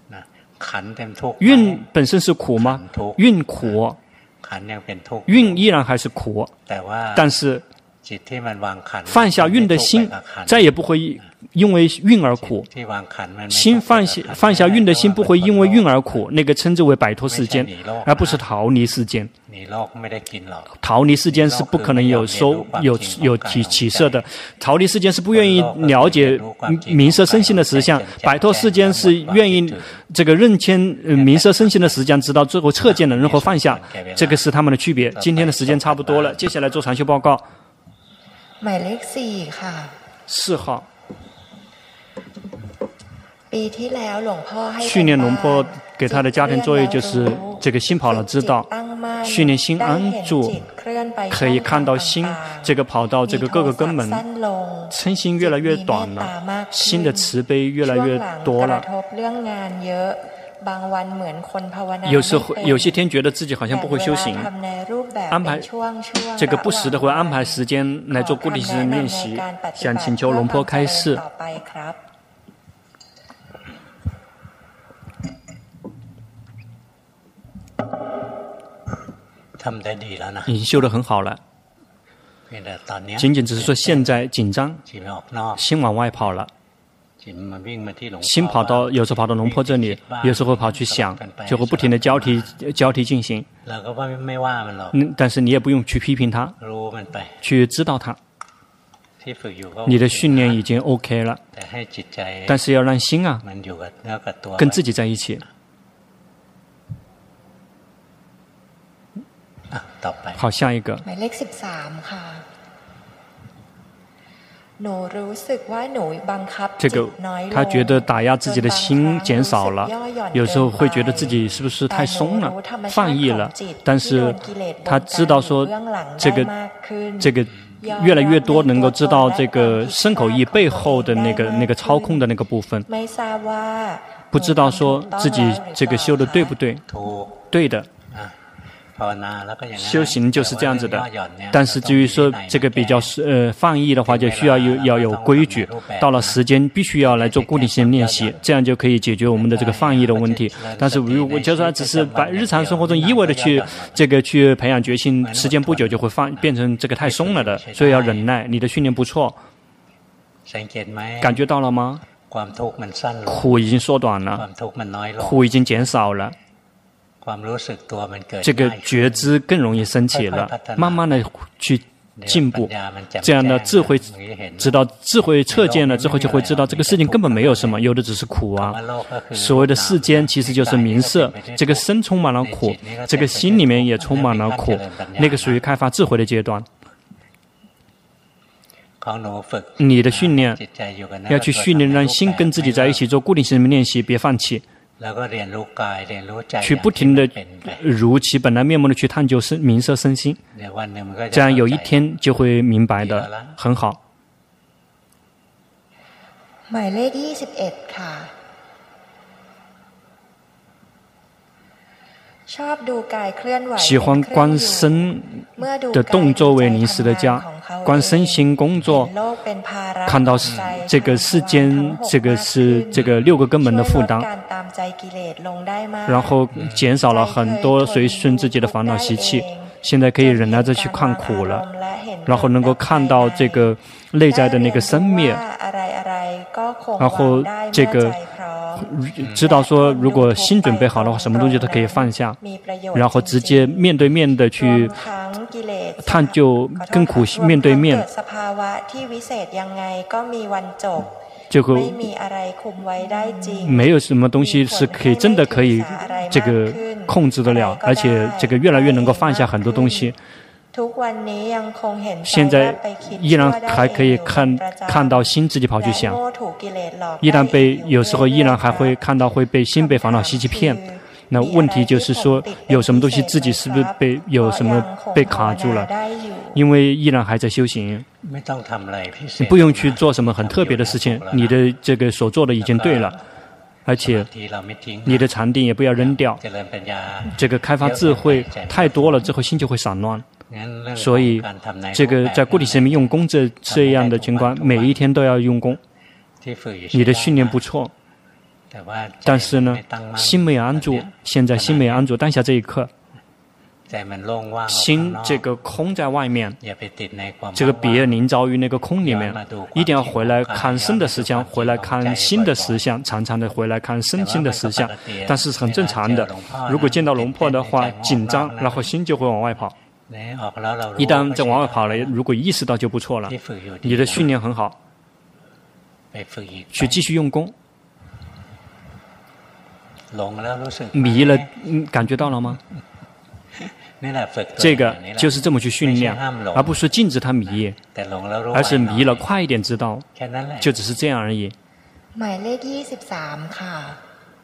运本身是苦吗？运苦，运依然还是苦，但是放下运的心再也不会因为运而苦，心放下放下运的心不会因为运而苦，那个称之为摆脱世间，而不是逃离世间。逃离世间是不可能有收有有起起色的，逃离世间是不愿意了解名色身心的实相，摆脱世间是愿意这个认清名色身心的实相，直到最后彻见了然后放下，这个是他们的区别。今天的时间差不多了，接下来做禅修报告。四号。去年龙婆给他的家庭作业就是这个心跑了知道，训练心安住，可以看到心这个跑到这个各个根门，嗔心越来越短了，心的慈悲越来越多了。有时候有些天觉得自己好像不会修行，安排这个不时的会安排时间来做固定时间练习，想请求龙婆开示。已经修得很好了，仅仅只是说现在紧张，心往外跑了，心跑到有时候跑到龙婆这里，有时候跑去想，就会不停的交替交替进行。嗯，但是你也不用去批评他，去知道他。你的训练已经 OK 了，但是要让心啊跟自己在一起。好，下一个。这个他觉得打压自己的心减少了，有时候会觉得自己是不是太松了、放逸了，但是他知道说这个这个越来越多能够知道这个身口意背后的那个那个操控的那个部分，不知道说自己这个修的对不对？对的。 修行就是这样子的，但是至于说这个比较呃放逸的话，就需要有要有规矩。到了时间必须要来做固定性练习，这样就可以解决我们的这个放逸的问题。但是如果就算只是把日常生活中一味的去这个去培养决心，时间不久就会放变成这个太松了的，所以要忍耐。你的训练不错，感觉到了吗？苦已经缩短了，苦已经减少了。这个觉知更容易升起了，慢慢的去进步，这样的智慧，知道智慧测见了之后，就会知道这个事情根本没有什么，有的只是苦啊。所谓的世间其实就是名色，这个身充满了苦，这个心里面也充满了苦，那个属于开发智慧的阶段。你的训练要去训练，让心跟自己在一起做固定性的练习，别放弃。去不停的如其本来面目的去探究身名色身心，这样有一天就会明白的，很好。 หมายเลขยี่สิบเอ็ดค่ะ喜欢观身的动作为临时的家，观身心工作，看到这个世间这个是这个六个根本的负担，然后减少了很多随顺自己的烦恼习气，现在可以忍耐着去看苦了，然后能够看到这个内在的那个生灭，然后这个知道说，如果心准备好的话，什么东西都可以放下，然后直接面对面的去探究跟苦面对面，就会没有什么东西是可以真的可以这个控制得了，而且这个越来越能够放下很多东西。现在依然还可以看看到心自己跑去想，依然被有时候依然还会看到会被心被烦恼习气骗。那问题就是说，有什么东西自己是不是被有什么被卡住了？因为依然还在修行，你不用去做什么很特别的事情，你的这个所做的已经对了。而且你的禅定也不要扔掉，这个开发智慧太多了之后，心就会散乱。所以，这个在固定性用功这这样的情况，每一天都要用功。你的训练不错，但是呢，心没有安住。现在心没有安住，当下这一刻，心这个空在外面，这个别凝着于那个空里面，一定要回来看身的实相，回来看心的实相，常常的回来看身心的实相。但是很正常的，如果见到龙婆的话，紧张，然后心就会往外跑。一旦在往外跑了，如果意识到就不错了。你的训练很好，去继续用功。迷了，嗯，感觉到了吗？这个就是这么去训练，而不是禁止他迷，而是迷了快一点知道，就只是这样而已。 หมายเลขยี่สิบสามค่ะ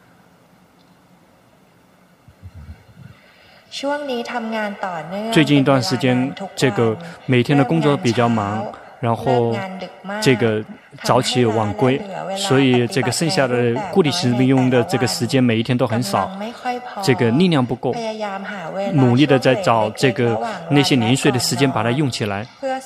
最近一段时间，这个每天的工作比较忙，然后这个早起晚归，所以这个剩下的固定性用的这个时间每一天都很少，这个力量不够，努力的在找这个那些零碎的时间把它用起来。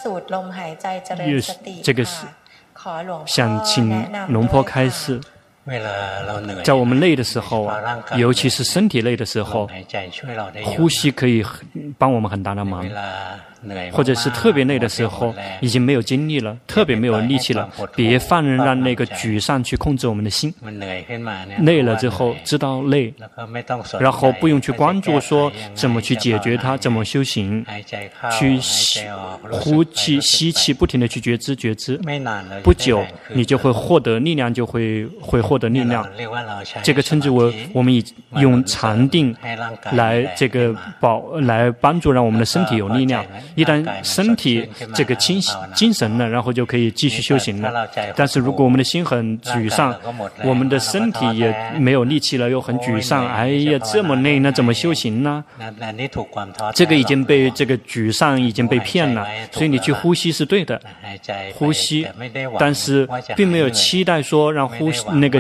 这个是想请龙婆开示。在我们累的时候，尤其是身体累的时候，呼吸可以帮我们很大的忙。或者是特别累的时候，已经没有精力了，特别没有力气了，别放任让那个沮丧去控制我们的心。累了之后知道累，然后不用去关注说怎么去解决它，怎么修行，去吸呼气吸气，不停的去觉知觉知，不久你就会获得力量，就会会获得力量。这个称之为我们以用禅定来这个保来帮助让我们的身体有力量。一旦身体这个清精神了，然后就可以继续修行了。但是如果我们的心很沮丧，我们的身体也没有力气了，又很沮丧，哎呀，这么累，那怎么修行呢？这个已经被这个沮丧已经被骗了，所以你去呼吸是对的，呼吸，但是并没有期待说让呼吸那个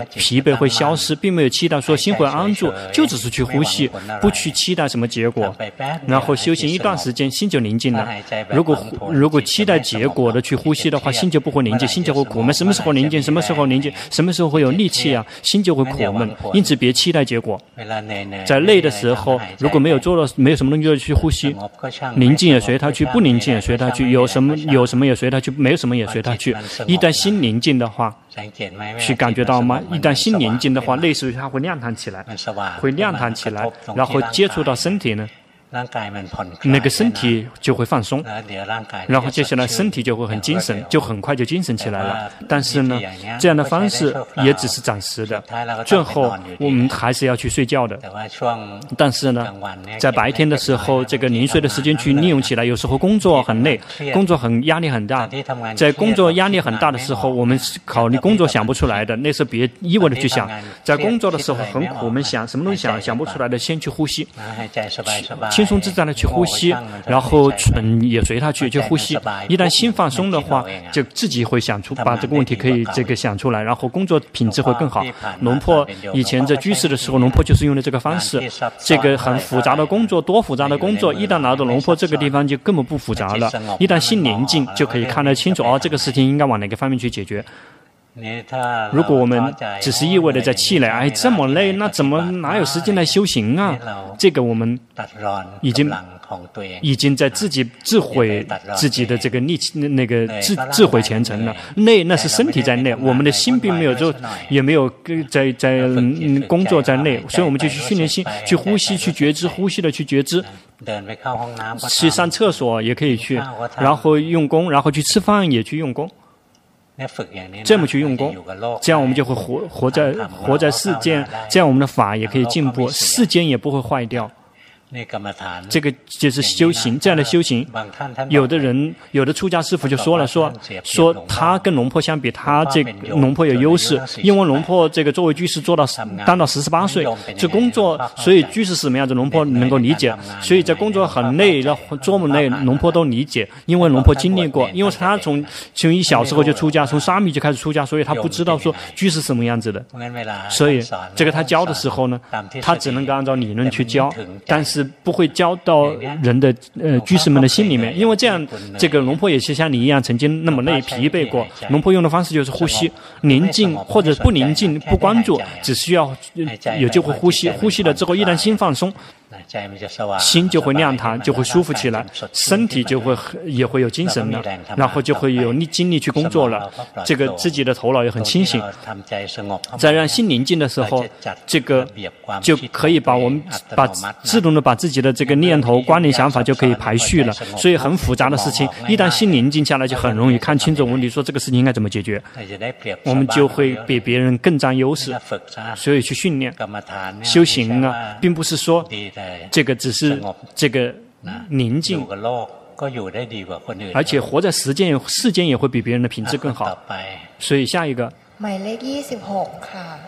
疲惫会消失，并没有期待说心会安住，就只是去呼吸，不去期待什么结果。然后修行一段时间，心就宁静了。如果如果期待结果的去呼吸的话，心就不会宁静，心就会苦闷。什么时候宁静？什么时候宁静？什么时候会有力气啊？心就会苦闷。因此，别期待结果。在累的时候，如果没有做到，没有什么东西就去呼吸，宁静也随他去，不宁静也随他去，有什么有什么也随他去，没有什么也随他去。一旦心宁静的话，去感觉到吗？一旦心宁静的话，类似于它会亮堂起来，会亮堂起来，然后接触到身体呢，那个身体就会放松，然后接下来身体就会很精神，就很快就精神起来了。但是呢，这样的方式也只是暂时的，最后我们还是要去睡觉的。但是呢，在白天的时候，这个零碎的时间去利用起来，有时候工作很累，工作很压力很大，在工作压力很大的时候，我们考虑工作想不出来的，那时候别一味的去想。在工作的时候很苦，我们想什么东西想想不出来的，先去呼吸。轻松自在的去呼吸，然后唇也随他去去呼吸。一旦心放松的话，就自己会想出把这个问题可以这个想出来，然后工作品质会更好。龙坡以前在居士的时候，龙坡就是用的这个方式。这个很复杂的工作，多复杂的工作，一旦来到龙坡这个地方就根本不复杂了。一旦心宁静，就可以看得清楚哦，这个事情应该往哪个方面去解决。如果我们只是一味的在气馁，哎，这么累，那怎么哪有时间来修行啊？这个我们已经已经在自己自毁自己的这个力气，那个自自毁前程了。累那是身体在累，我们的心并没有做，也没有在在嗯工作在累，所以我们就去训练心，去呼吸，去觉知呼吸的去觉知。去上厕所也可以去，然后用功，然后去吃饭也去用功。这么去用功，这样我们就会活活在活在世间，这样我们的法也可以进步，世间也不会坏掉。这个就是修行，这样的修行，有的人有的出家师父就说了，说说他跟龙坡相比，他这龙坡有优势，因为龙坡这个作为居士做到当到十十八岁，这工作，所以居士是什么样子，龙坡能够理解，所以在工作很累，然后多么累，龙坡都理解，因为龙坡经历过，因为他从从一小时候就出家，从沙弥就开始出家，所以他不知道说居士什么样子的，所以这个他教的时候呢，他只能够按照理论去教，但是不会教到人的呃居士们的心里面，因为这样，这个龙坡也是像你一样曾经那么累疲惫过。龙坡用的方式就是呼吸，宁静或者不宁静不关注，只需要有就会呼吸，呼吸了之后，一旦心放松，心就会亮堂，就会舒服起来，身体就会也会有精神了，然后就会有力精力去工作了。这个自己的头脑也很清醒。在让心宁静的时候，这个就可以把我们把自动的把自己的这个念头、观念、想法就可以排序了。所以很复杂的事情，一旦心宁静下来，就很容易看清楚问题，说这个事情应该怎么解决，我们就会比别人更占优势。所以去训练修行啊，并不是说这个只是这个宁静，而且活在世间世间也会比别人的品质更好。所以下一个หมายเลขยี่สิบหกค่ะ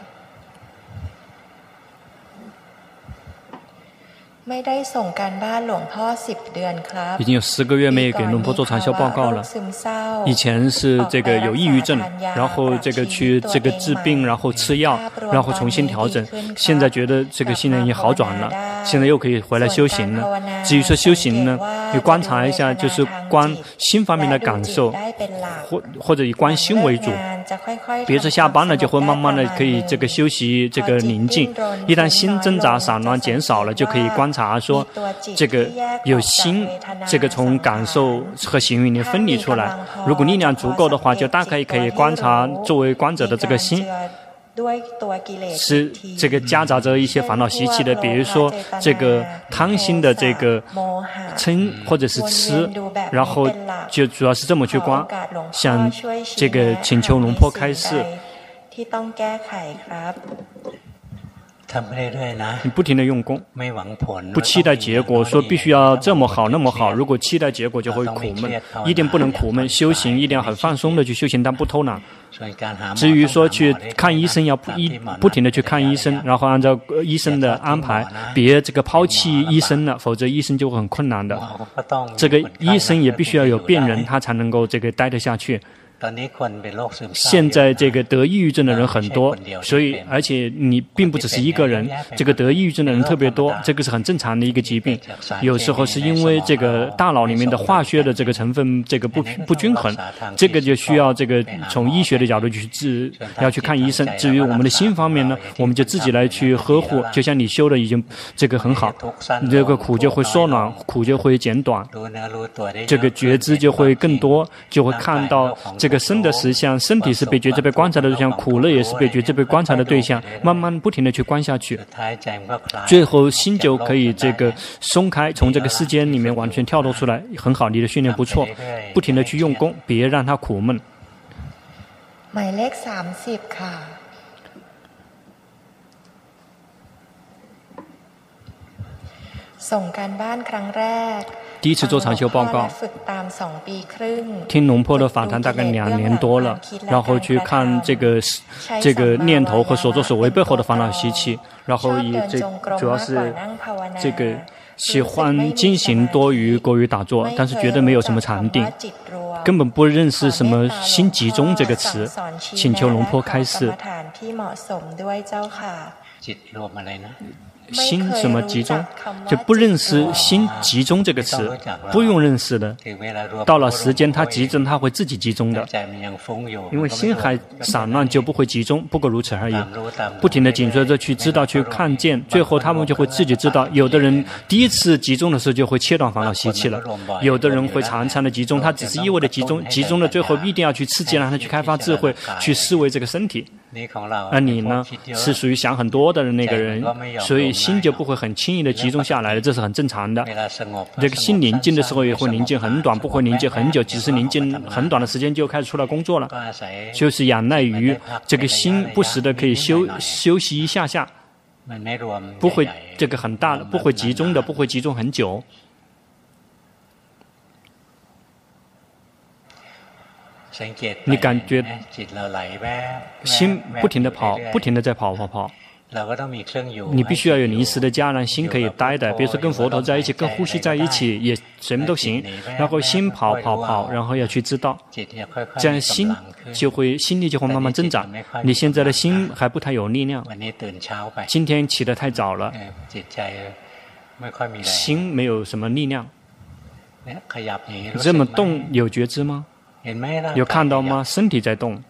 ไม่ได้ส่งการบ้านหลวงพ่อสิบเดือนครับ已经有十个月没有给龙坡做禅修报告了。以前是这个有抑郁症，然后这个去这个治病，然后吃药，然后重新调整。现在觉得这个心也好转了，现在又可以回来修行了。至于说修行呢，你观察一下，就是观心方面的感受，或或者以观心为主。比如说下班了，就会慢慢的可以这个休息，这个宁静。一旦心挣扎散乱减少了，就可以观察。查说这个有心，这个从感受和行为里分离出来。如果力量足够的话，就大概可以观察作为观者的这个心是这个夹杂着一些烦恼习气的，比如说这个贪心的这个嗔或者是痴，然后就主要是这么去观。想这个请求龙坡开示。你不停地用功，不期待结果，说必须要这么好那么好，如果期待结果就会苦闷，一定不能苦闷。修行一定要很放松的去修行，但不偷懒。至于说去看医生，要不一不停地去看医生，然后按照医生的安排，别这个抛弃医生了，否则医生就会很困难的。这个医生也必须要有辨人，他才能够这个待得下去。 现在这个得抑郁症的人很多，所以而且你并不只是一个人，这个得抑郁症的人特别多，这个是很正常的一个疾病。有时候是因为这个大脑里面的化学的这个成分这个不不均衡，这个就需要这个从医学的角度去治，要去看医生。至于我们的心方面呢，我们就自己来去呵护，就像你修的已经这个很好，这个苦就会缩短，苦就会减短，这个觉知就会更多，就会看到这个身的实相，身体是被觉知被观察的对象，苦乐也是被觉知被观察的对象，慢慢不停的去观下去，最后心就可以这个松开，从这个世间里面完全跳脱出来，很好，你的训练不错，不停的去用功，别让它苦闷。 หมายเลขสามสิบค่ะส่งการบ้านครั้งแรก第一次做禅修报告，听龙坡的法谈大概两年多了，然后去看这个这个念头和所作所为背后的烦恼习气，然后以这主要是这个喜欢精行多于过于打坐，但是觉得没有什么禅定，根本不认识什么心集中这个词，请求龙坡开示。心什么集中，就不认识心集中这个词，不用认识的。到了时间，它集中，它会自己集中的。因为心还散乱，就不会集中，不过如此而已。不停的紧追着去知道、去看见，最后他们就会自己知道。有的人第一次集中的时候就会切断烦恼习气了，有的人会常常的集中，他只是一味的集中，集中了最后一定要去刺激，让他去开发智慧，去思维这个身体。而你呢，是属于想很多的那个人，所以心就不会很轻易的集中下来了，这是很正常的。这个心宁静的时候也会宁静很短，不会宁静很久，只是宁静很短的时间就开始出来工作了，就是仰赖于这个心不时的可以休休息一下下，不会这个很大的，不会集中的，不会集中很久。你感觉心不停地跑，不停地在跑跑跑，你必须要有临时的家，让心可以待的，比如说跟佛陀在一起，跟呼吸在一起，也什么都行。然后心跑跑跑，然后要去知道，这样心就会心力就会慢慢增长。你现在的心还不太有力量，今天起得太早了，心没有什么力量。这么动有觉知吗？有看到吗？身体在动，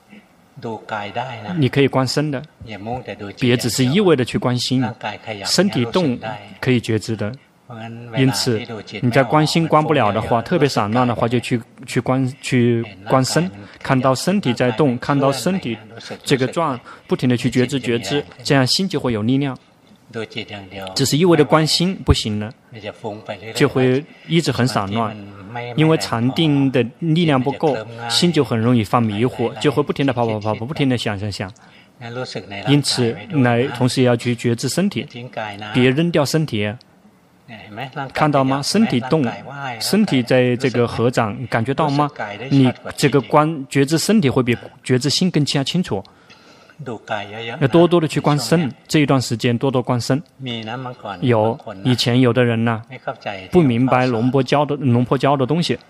你可以观身的，别只是一味的去观心。身体动可以觉知的，因此你在观心观不了的话，特别散乱的话，就去去观去观身，看到身体在动，看到身体这个转，不停的去觉知觉知，这样心就会有力量。只是一味的观心不行了，就会一直很散乱。因为禅定的力量不够，心就很容易犯迷惑，就会不停地跑跑跑跑，不停地想想想。因此，来同时也要去觉知身体，别扔掉身体。看到吗？身体动，身体在这个合掌，感觉到吗？你这个观觉知身体会比觉知心更加清楚。要多多的去观身，这一段时间多多观身。有以前有的人呢、啊，不明白龙坡教的龙坡教的东西。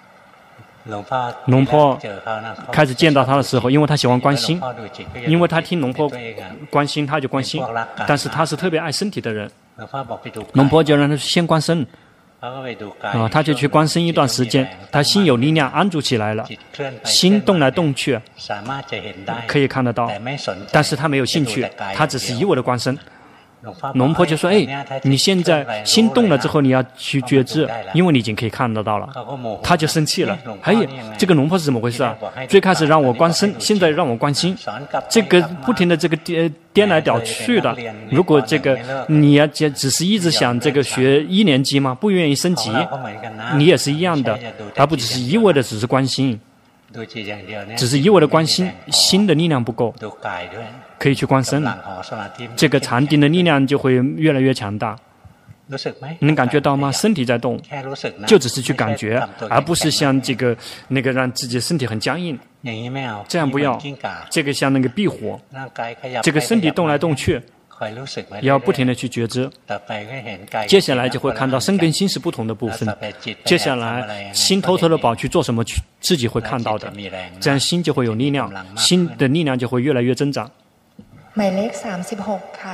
龙坡开始见到他的时候，因为他喜欢观心，因为他听龙坡观心，他就观心。但是他是特别爱身体的人，龙坡就让他先观身。啊，他就去观身一段时间，他心有力量安住起来了，心动来动去，可以看得到，但是他没有兴趣，他只是一味的观身。龙坡就说：“哎，你现在心动了之后，你要去觉知，因为你已经可以看得到了。”他就生气了。哎，这个龙坡是怎么回事啊？最开始让我观身，现在让我观心，这个不停的这个颠颠来倒去的。如果这个你要只只是一直想这个学一年级吗？不愿意升级，你也是一样的，而不只是一味的只是观心，只是一味的观心，心的力量不够。可以去观身，这个禅定的力量就会越来越强大。能感觉到吗？身体在动，就只是去感觉，而不是像这个那个让自己身体很僵硬。这样不要，这个像那个壁虎，这个身体动来动去， 要不停地去觉知。接下来就会看到身跟心是不同的部分。接下来心偷偷的跑去做什么，去自己会看到的。这样心就会有力量，心的力量就会越来越增长。 หมายเลขสามสิบหกค่ะ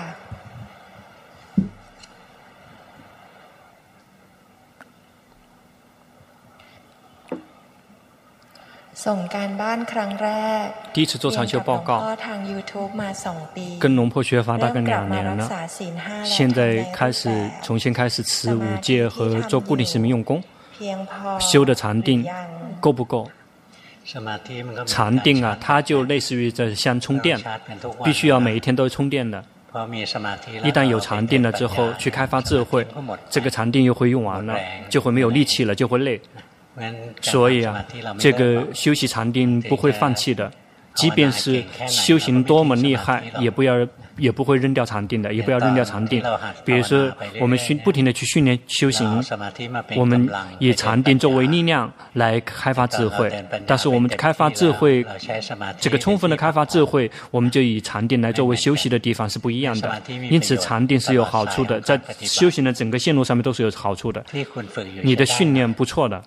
ส่งการบ้านครั้งแรก第一次做长修报告ทาง YouTube มาสองปี跟龙婆学法大概两年了，现在开始重新开始持五戒和做固定使命用功，修的禅定够不够？禅定啊，它就类似于在像充电，必须要每一天都充电的。一旦有禅定了之后，去开发智慧，这个禅定又会用完了，就会没有力气了，就会累。所以啊，这个修习禅定不会放弃的，即便是修行多么厉害，也不要也不会扔掉禅定的，也不要扔掉禅定。比如说，我们训不停地去训练修行，我们以禅定作为力量来开发智慧。但是我们开发智慧，这个充分的开发智慧，我们就以禅定来作为修习的地方是不一样的。因此，禅定是有好处的，在修行的整个线路上面都是有好处的。你的训练不错的。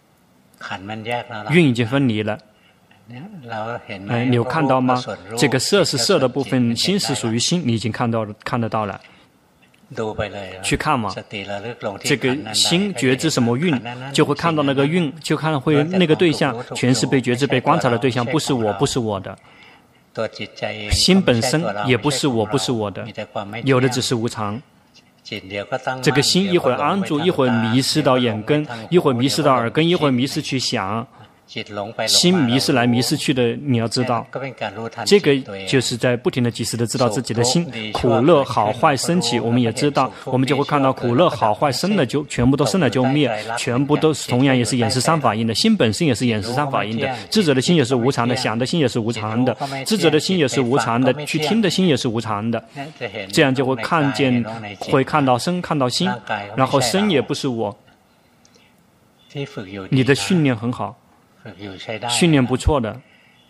运已经分离了，哎，你有看到吗？这个色是色的部分，心是属于心，你已经看到看得到了。去看嘛，这个心觉知什么运，就会看到那个运，就看会那个对象全是被觉知、被观察的对象，不是我，不是我的。心本身也不是我，不是我的，有的只是无常。这个心一会儿安住，一会儿迷失到眼根，一会儿迷失到耳根，一会儿迷失去想。心迷失来迷失去的，你要知道，这个就是在不停的及时的知道自己的心，苦乐好坏升起，我们也知道，我们就会看到苦乐好坏生了就全部都生了就灭，全部都是同样也是眼识三法印的，心本身也是眼识三法印的，智者的心也是无常的，想的心也是无常的，智者的心也是无常的，去听的心也是无常的，这样就会看见，会看到身，看到心，然后身也不是我。你的训练很好。训练不错的，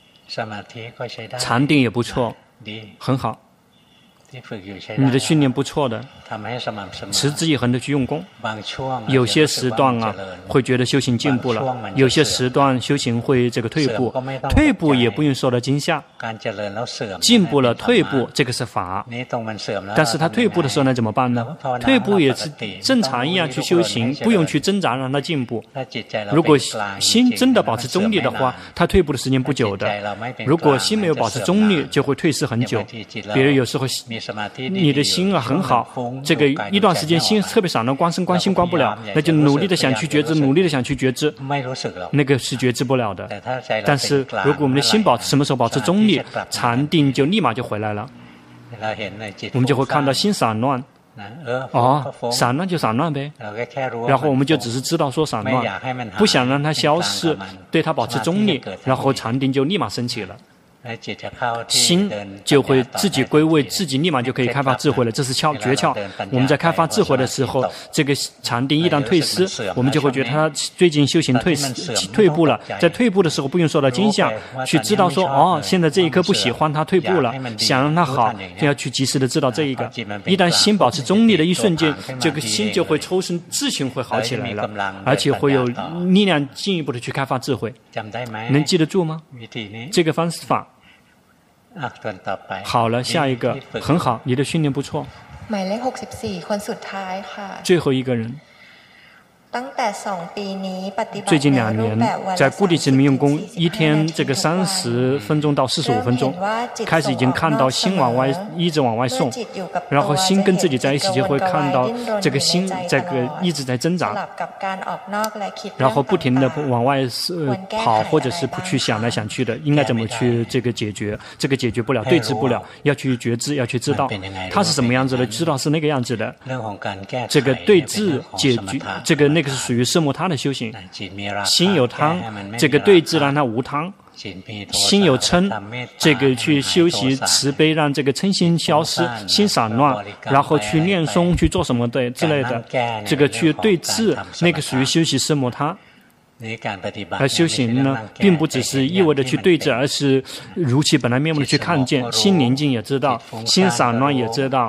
禅定也不错，很好。你的训练不错的，持之以恒的去用功。有些时段啊，会觉得修行进步了；有些时段修行会这个退步，退步也不用受到惊吓。进步了，退步这个是法，但是他退步的时候呢，怎么办呢？退步也是正常一样去修行，不用去挣扎让他进步。如果心真的保持中立的话，他退步的时间不久的；如果心没有保持中立，就会退失很久。比如有时候你的心啊很好，这个一段时间心特别散乱，观身观心观不了，那就努力的想去觉知，努力的想去觉知，那个是觉知不了的。但是如果我们的心保持什么时候保持中立，禅定就立马就回来了，我们就会看到心散乱。哦，散乱就散乱呗，然后我们就只是知道说散乱，不想让它消失，对它保持中立，然后禅定就立马升起了。心就会自己归位，自己立马就可以开发智慧了，这是窍诀窍。我们在开发智慧的时候，这个禅定一旦退失，我们就会觉得他最近修行退退步了。在退步的时候，不用受到惊吓，去知道说哦，现在这一刻不喜欢他退步了，想让他好，就要去及时的知道这一个。一旦心保持中立的一瞬间，这个心就会抽身，自行会好起来了，而且会有力量进一步的去开发智慧。能记得住吗？这个方法。好了，下一个很好，你的训练不错。最后一个人。最近两年，在固定使命用功，一天这个三十分钟到四十五分钟，开始已经看到心往外一直往外送，然后心跟自己在一起就会看到这个心这个一直在挣扎，然后不停的往外跑，或者是去想来想去的，应该怎么去这个解决？这个解决不了，对治不了，要去觉知，要去知道它是什么样子的，知道是那个样子的。这个对治解决，这个那。这个是属于色摩他的修行，心有贪，这个对治让它无贪；心有嗔，这个去修习慈悲，让这个嗔心消失，心散乱，然后去念诵，去做什么的之类的，这个去对治，那个属于修习色摩他。而修行呢，并不只是一味的去对治，而是如其本来面目的去看见，心宁静也知道，心散乱也知道。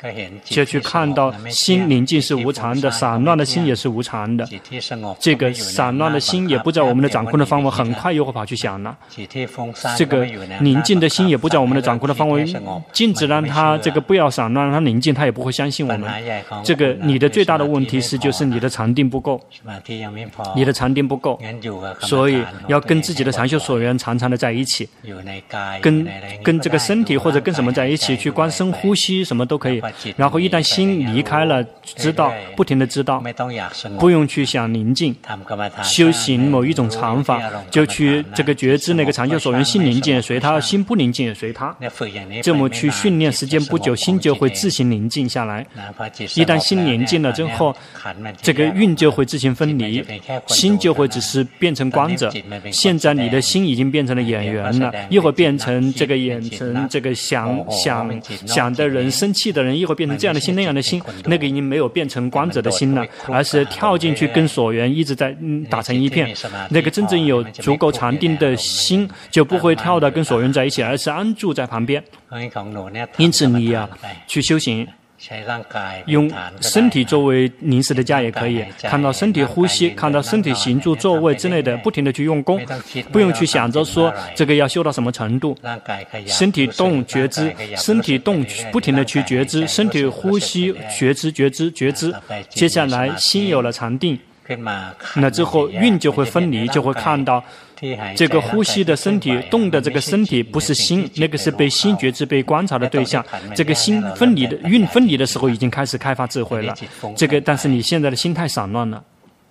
就去看到心宁静是无常的，散乱的心也是无常的。这个散乱的心也不在我们的掌控的范围，很快又会跑去想了。这个宁静的心也不在我们的掌控的范围，禁止让它这个不要散乱，让它宁静，它也不会相信我们。这个你的最大的问题是，就是你的禅定不够，你的禅定不够，所以要跟自己的禅修所缘常常的在一起，跟跟这个身体或者跟什么在一起，去观深呼吸，什么都可以。然后一旦心离开了，知道，不停的知道，不用去想宁静，修行某一种禅法，就去这个觉知那个禅修所缘，心宁静也随他，心不宁静也随他。这么去训练，时间不久，心就会自行宁静下来。一旦心宁静了之后，这个运就会自行分离，心就会只是变成观者。现在你的心已经变成了演员了，一会儿变成这个演成这个想想想的人，生气的人，一会儿变成这样的心那样的心，那个已经没有变成观者的心了，而是跳进去跟所缘一直在、嗯、打成一片。那个真正有足够禅定的心，就不会跳到跟所缘在一起，而是安住在旁边。因此你呀、啊，去修行。用身体作为凝视的家也可以，看到身体呼吸，看到身体行住坐位之类的，不停的去用功，不用去想着说这个要修到什么程度。身体动觉知，身体动不停的去觉知，身体呼吸觉知觉知觉知。接下来心有了禅定，那之后运就会分离，就会看到这个呼吸的身体动的这个身体不是心，那个是被心觉知被观察的对象。这个心分离的运分离的时候，已经开始开发智慧了。这个但是你现在的心太散乱了。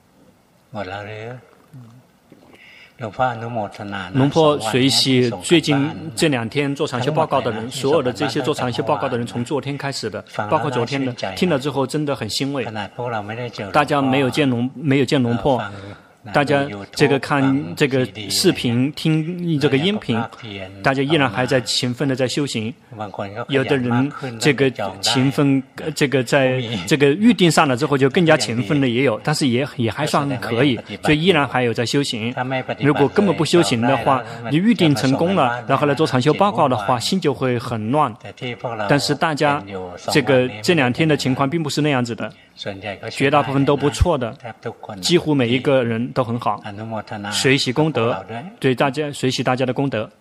龙婆随喜最近这两天做禅修报告的人，所有的这些做禅修报告的人，从昨天开始的，包括昨天的，听了之后真的很欣慰。大家没有见龙，没有见龙婆。大家这个看这个视频，听这个音频，大家依然还在勤奋的在修行。有的人这个勤奋，这个在这个预定上了之后就更加勤奋的也有，但是也也还算可以，所以依然还有在修行。如果根本不修行的话，你预定成功了，然后来做禅修报告的话，心就会很乱。但是大家这个这两天的情况并不是那样子的，绝大部分都不错的，几乎每一个人都很好，随喜功德，对大家随喜大家的功德。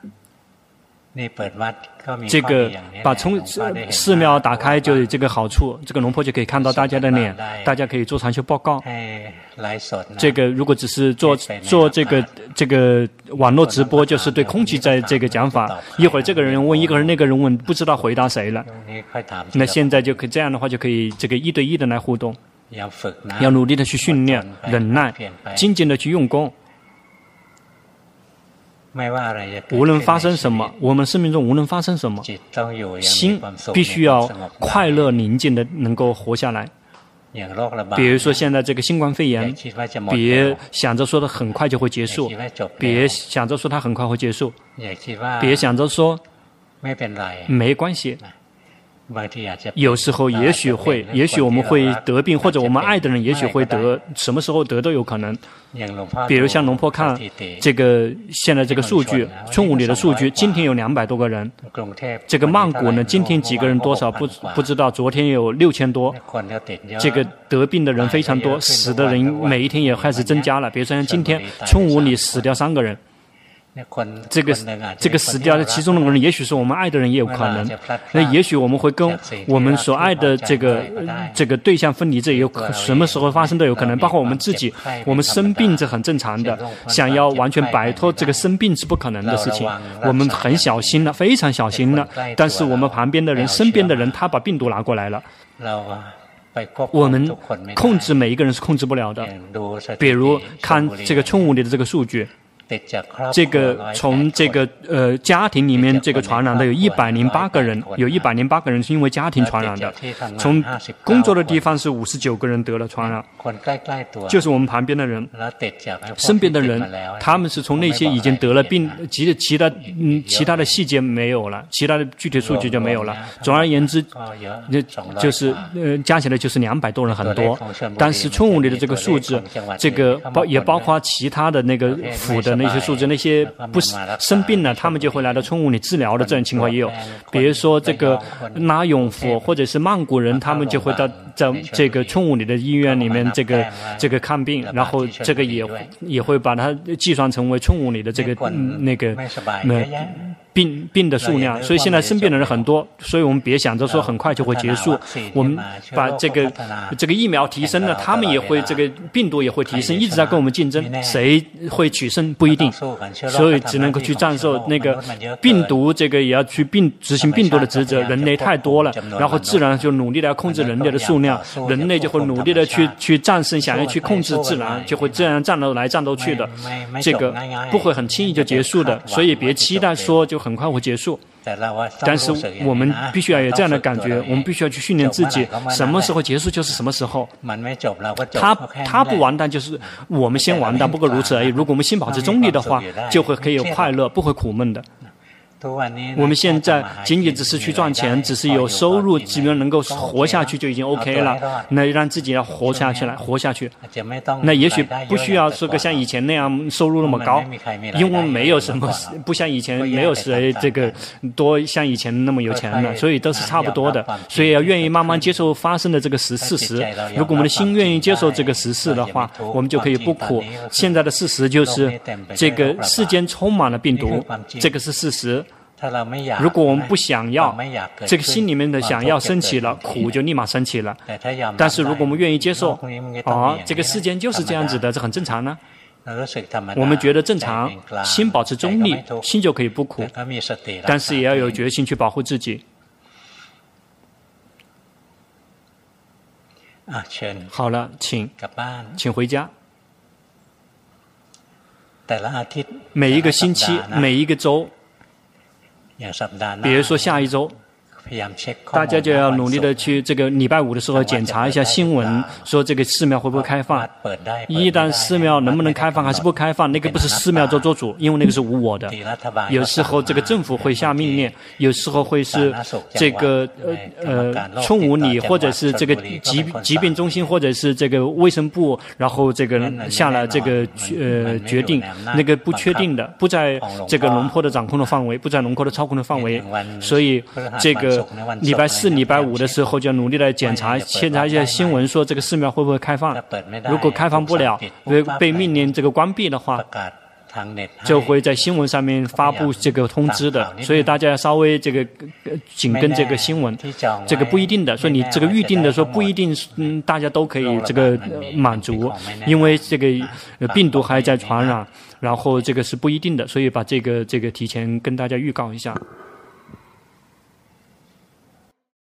这个把从寺庙打开就有这个好处，这个龙婆就可以看到大家的脸，大家可以做禅修报告。这个如果只是做做这个这个网络直播，就是对空气在这个讲法，一会儿这个人问，一个人那个人问，不知道回答谁了。那现在就可以这样的话，就可以这个一对一的来互动。要努力的去训练忍耐，精进的去用功。无论发生什么，我们生命中无论发生什么，心必须要快乐宁静的能够活下来。比如说现在这个新冠肺炎，别想着说它很快就会结束，别想着说它很快会结束，别想着说没关系。有时候也许会，也许我们会得病，或者我们爱的人也许会得，什么时候得都有可能。比如像龙婆看这个现在这个数据，村务里的数据，今天有两百多个人，这个曼谷呢，今天几个人多少不不知道，昨天有六千多，这个得病的人非常多，死的人每一天也开始增加了。比如说像今天村务里死掉三个人。这个这个死掉的其中的人，也许是我们爱的人，也有可能。那也许我们会跟我们所爱的这个这个对象分离，这也有什么时候发生都有可能。包括我们自己，我们生病这很正常的，想要完全摆脱这个生病是不可能的事情。我们很小心了，非常小心了。但是我们旁边的人、身边的人，他把病毒拿过来了。我们控制每一个人是控制不了的。比如看这个村务里的这个数据。这个从这个呃家庭里面这个传染的有一百零八个人，有一百零八个人是因为家庭传染的。从工作的地方是五十九个人得了传染，就是我们旁边的人、身边的人，他们是从那些已经得了病，其其他嗯其他的细节没有了，其他的具体数据就没有了。总而言之，就是呃加起来就是两百多人，很多。但是村务里的这个数字，这个包也包括其他的那个府的。 那些数字，那些不是生病了，他们就会来到村屋里治疗的这种情况也有。比如说这个拉永福或者是曼谷人，他们就会到在这个村屋里的医院里面这个这个看病，然后这个也也会把它计算成为村屋里的这个、嗯、那个那。病病的数量，所以现在生病的人很多，所以我们别想着说很快就会结束。我们把这个这个疫苗提升了，他们也会这个病毒也会提升，一直在跟我们竞争，谁会取胜不一定，所以只能够去战胜那个病毒，这个也要去病执行病毒的职责。人类太多了，然后自然就努力的要控制人类的数量，人类就会努力的去去战胜，想要去控制自然，就会这样战斗来战斗去的，这个不会很轻易就结束的，所以别期待说就很快会结束。但是我们必须要有这样的感觉，我们必须要去训练自己，什么时候结束就是什么时候。他他不完蛋就是我们先完蛋，不过如此而已。如果我们心保持中立的话，就会可以有快乐，不会苦闷的。我们现在仅仅只是去赚钱，只是有收入，基本上能够活下去就已经 OK 了。那让自己要活下去来，活下去。那也许不需要说个像以前那样收入那么高，因为没有什么不像以前没有谁这个多像以前那么有钱了，所以都是差不多的。所以要愿意慢慢接受发生的这个实事实。如果我们的心愿意接受这个实事的话，我们就可以不苦。现在的事实就是这个世间充满了病毒，这个是事实。如果我们不想要，这个心里面的想要升起了，苦就立马升起了。但是如果我们愿意接受，啊，这个世间就是这样子的，这很正常呢。我们觉得正常，心保持中立，心就可以不苦。但是也要有决心去保护自己。好了，请请回家。每一个星期，每一个周。比如说下一周，大家就要努力的去这个礼拜五的时候检查一下新闻，说这个寺庙会不会开放。一旦寺庙能不能开放还是不开放，那个不是寺庙做做主，因为那个是无我的。有时候这个政府会下命令，有时候会是这个呃呃村务里或者是这个疾疾病中心或者是这个卫生部，然后这个下了这个呃决定，那个不确定的，不在这个龙婆的掌控的范围，不在龙婆的操控的范围，所以这个。礼拜四、礼拜五的时候就要努力的检查，检查一下新闻，说这个寺庙会不会开放。如果开放不了，被被命令这个关闭的话，就会在新闻上面发布这个通知的。所以大家要稍微这个紧跟这个新闻，这个不一定的。所以你这个预定的说不一定，嗯，大家都可以这个满足，因为这个病毒还在传染，然后这个是不一定的，所以把这个这个提前跟大家预告一下。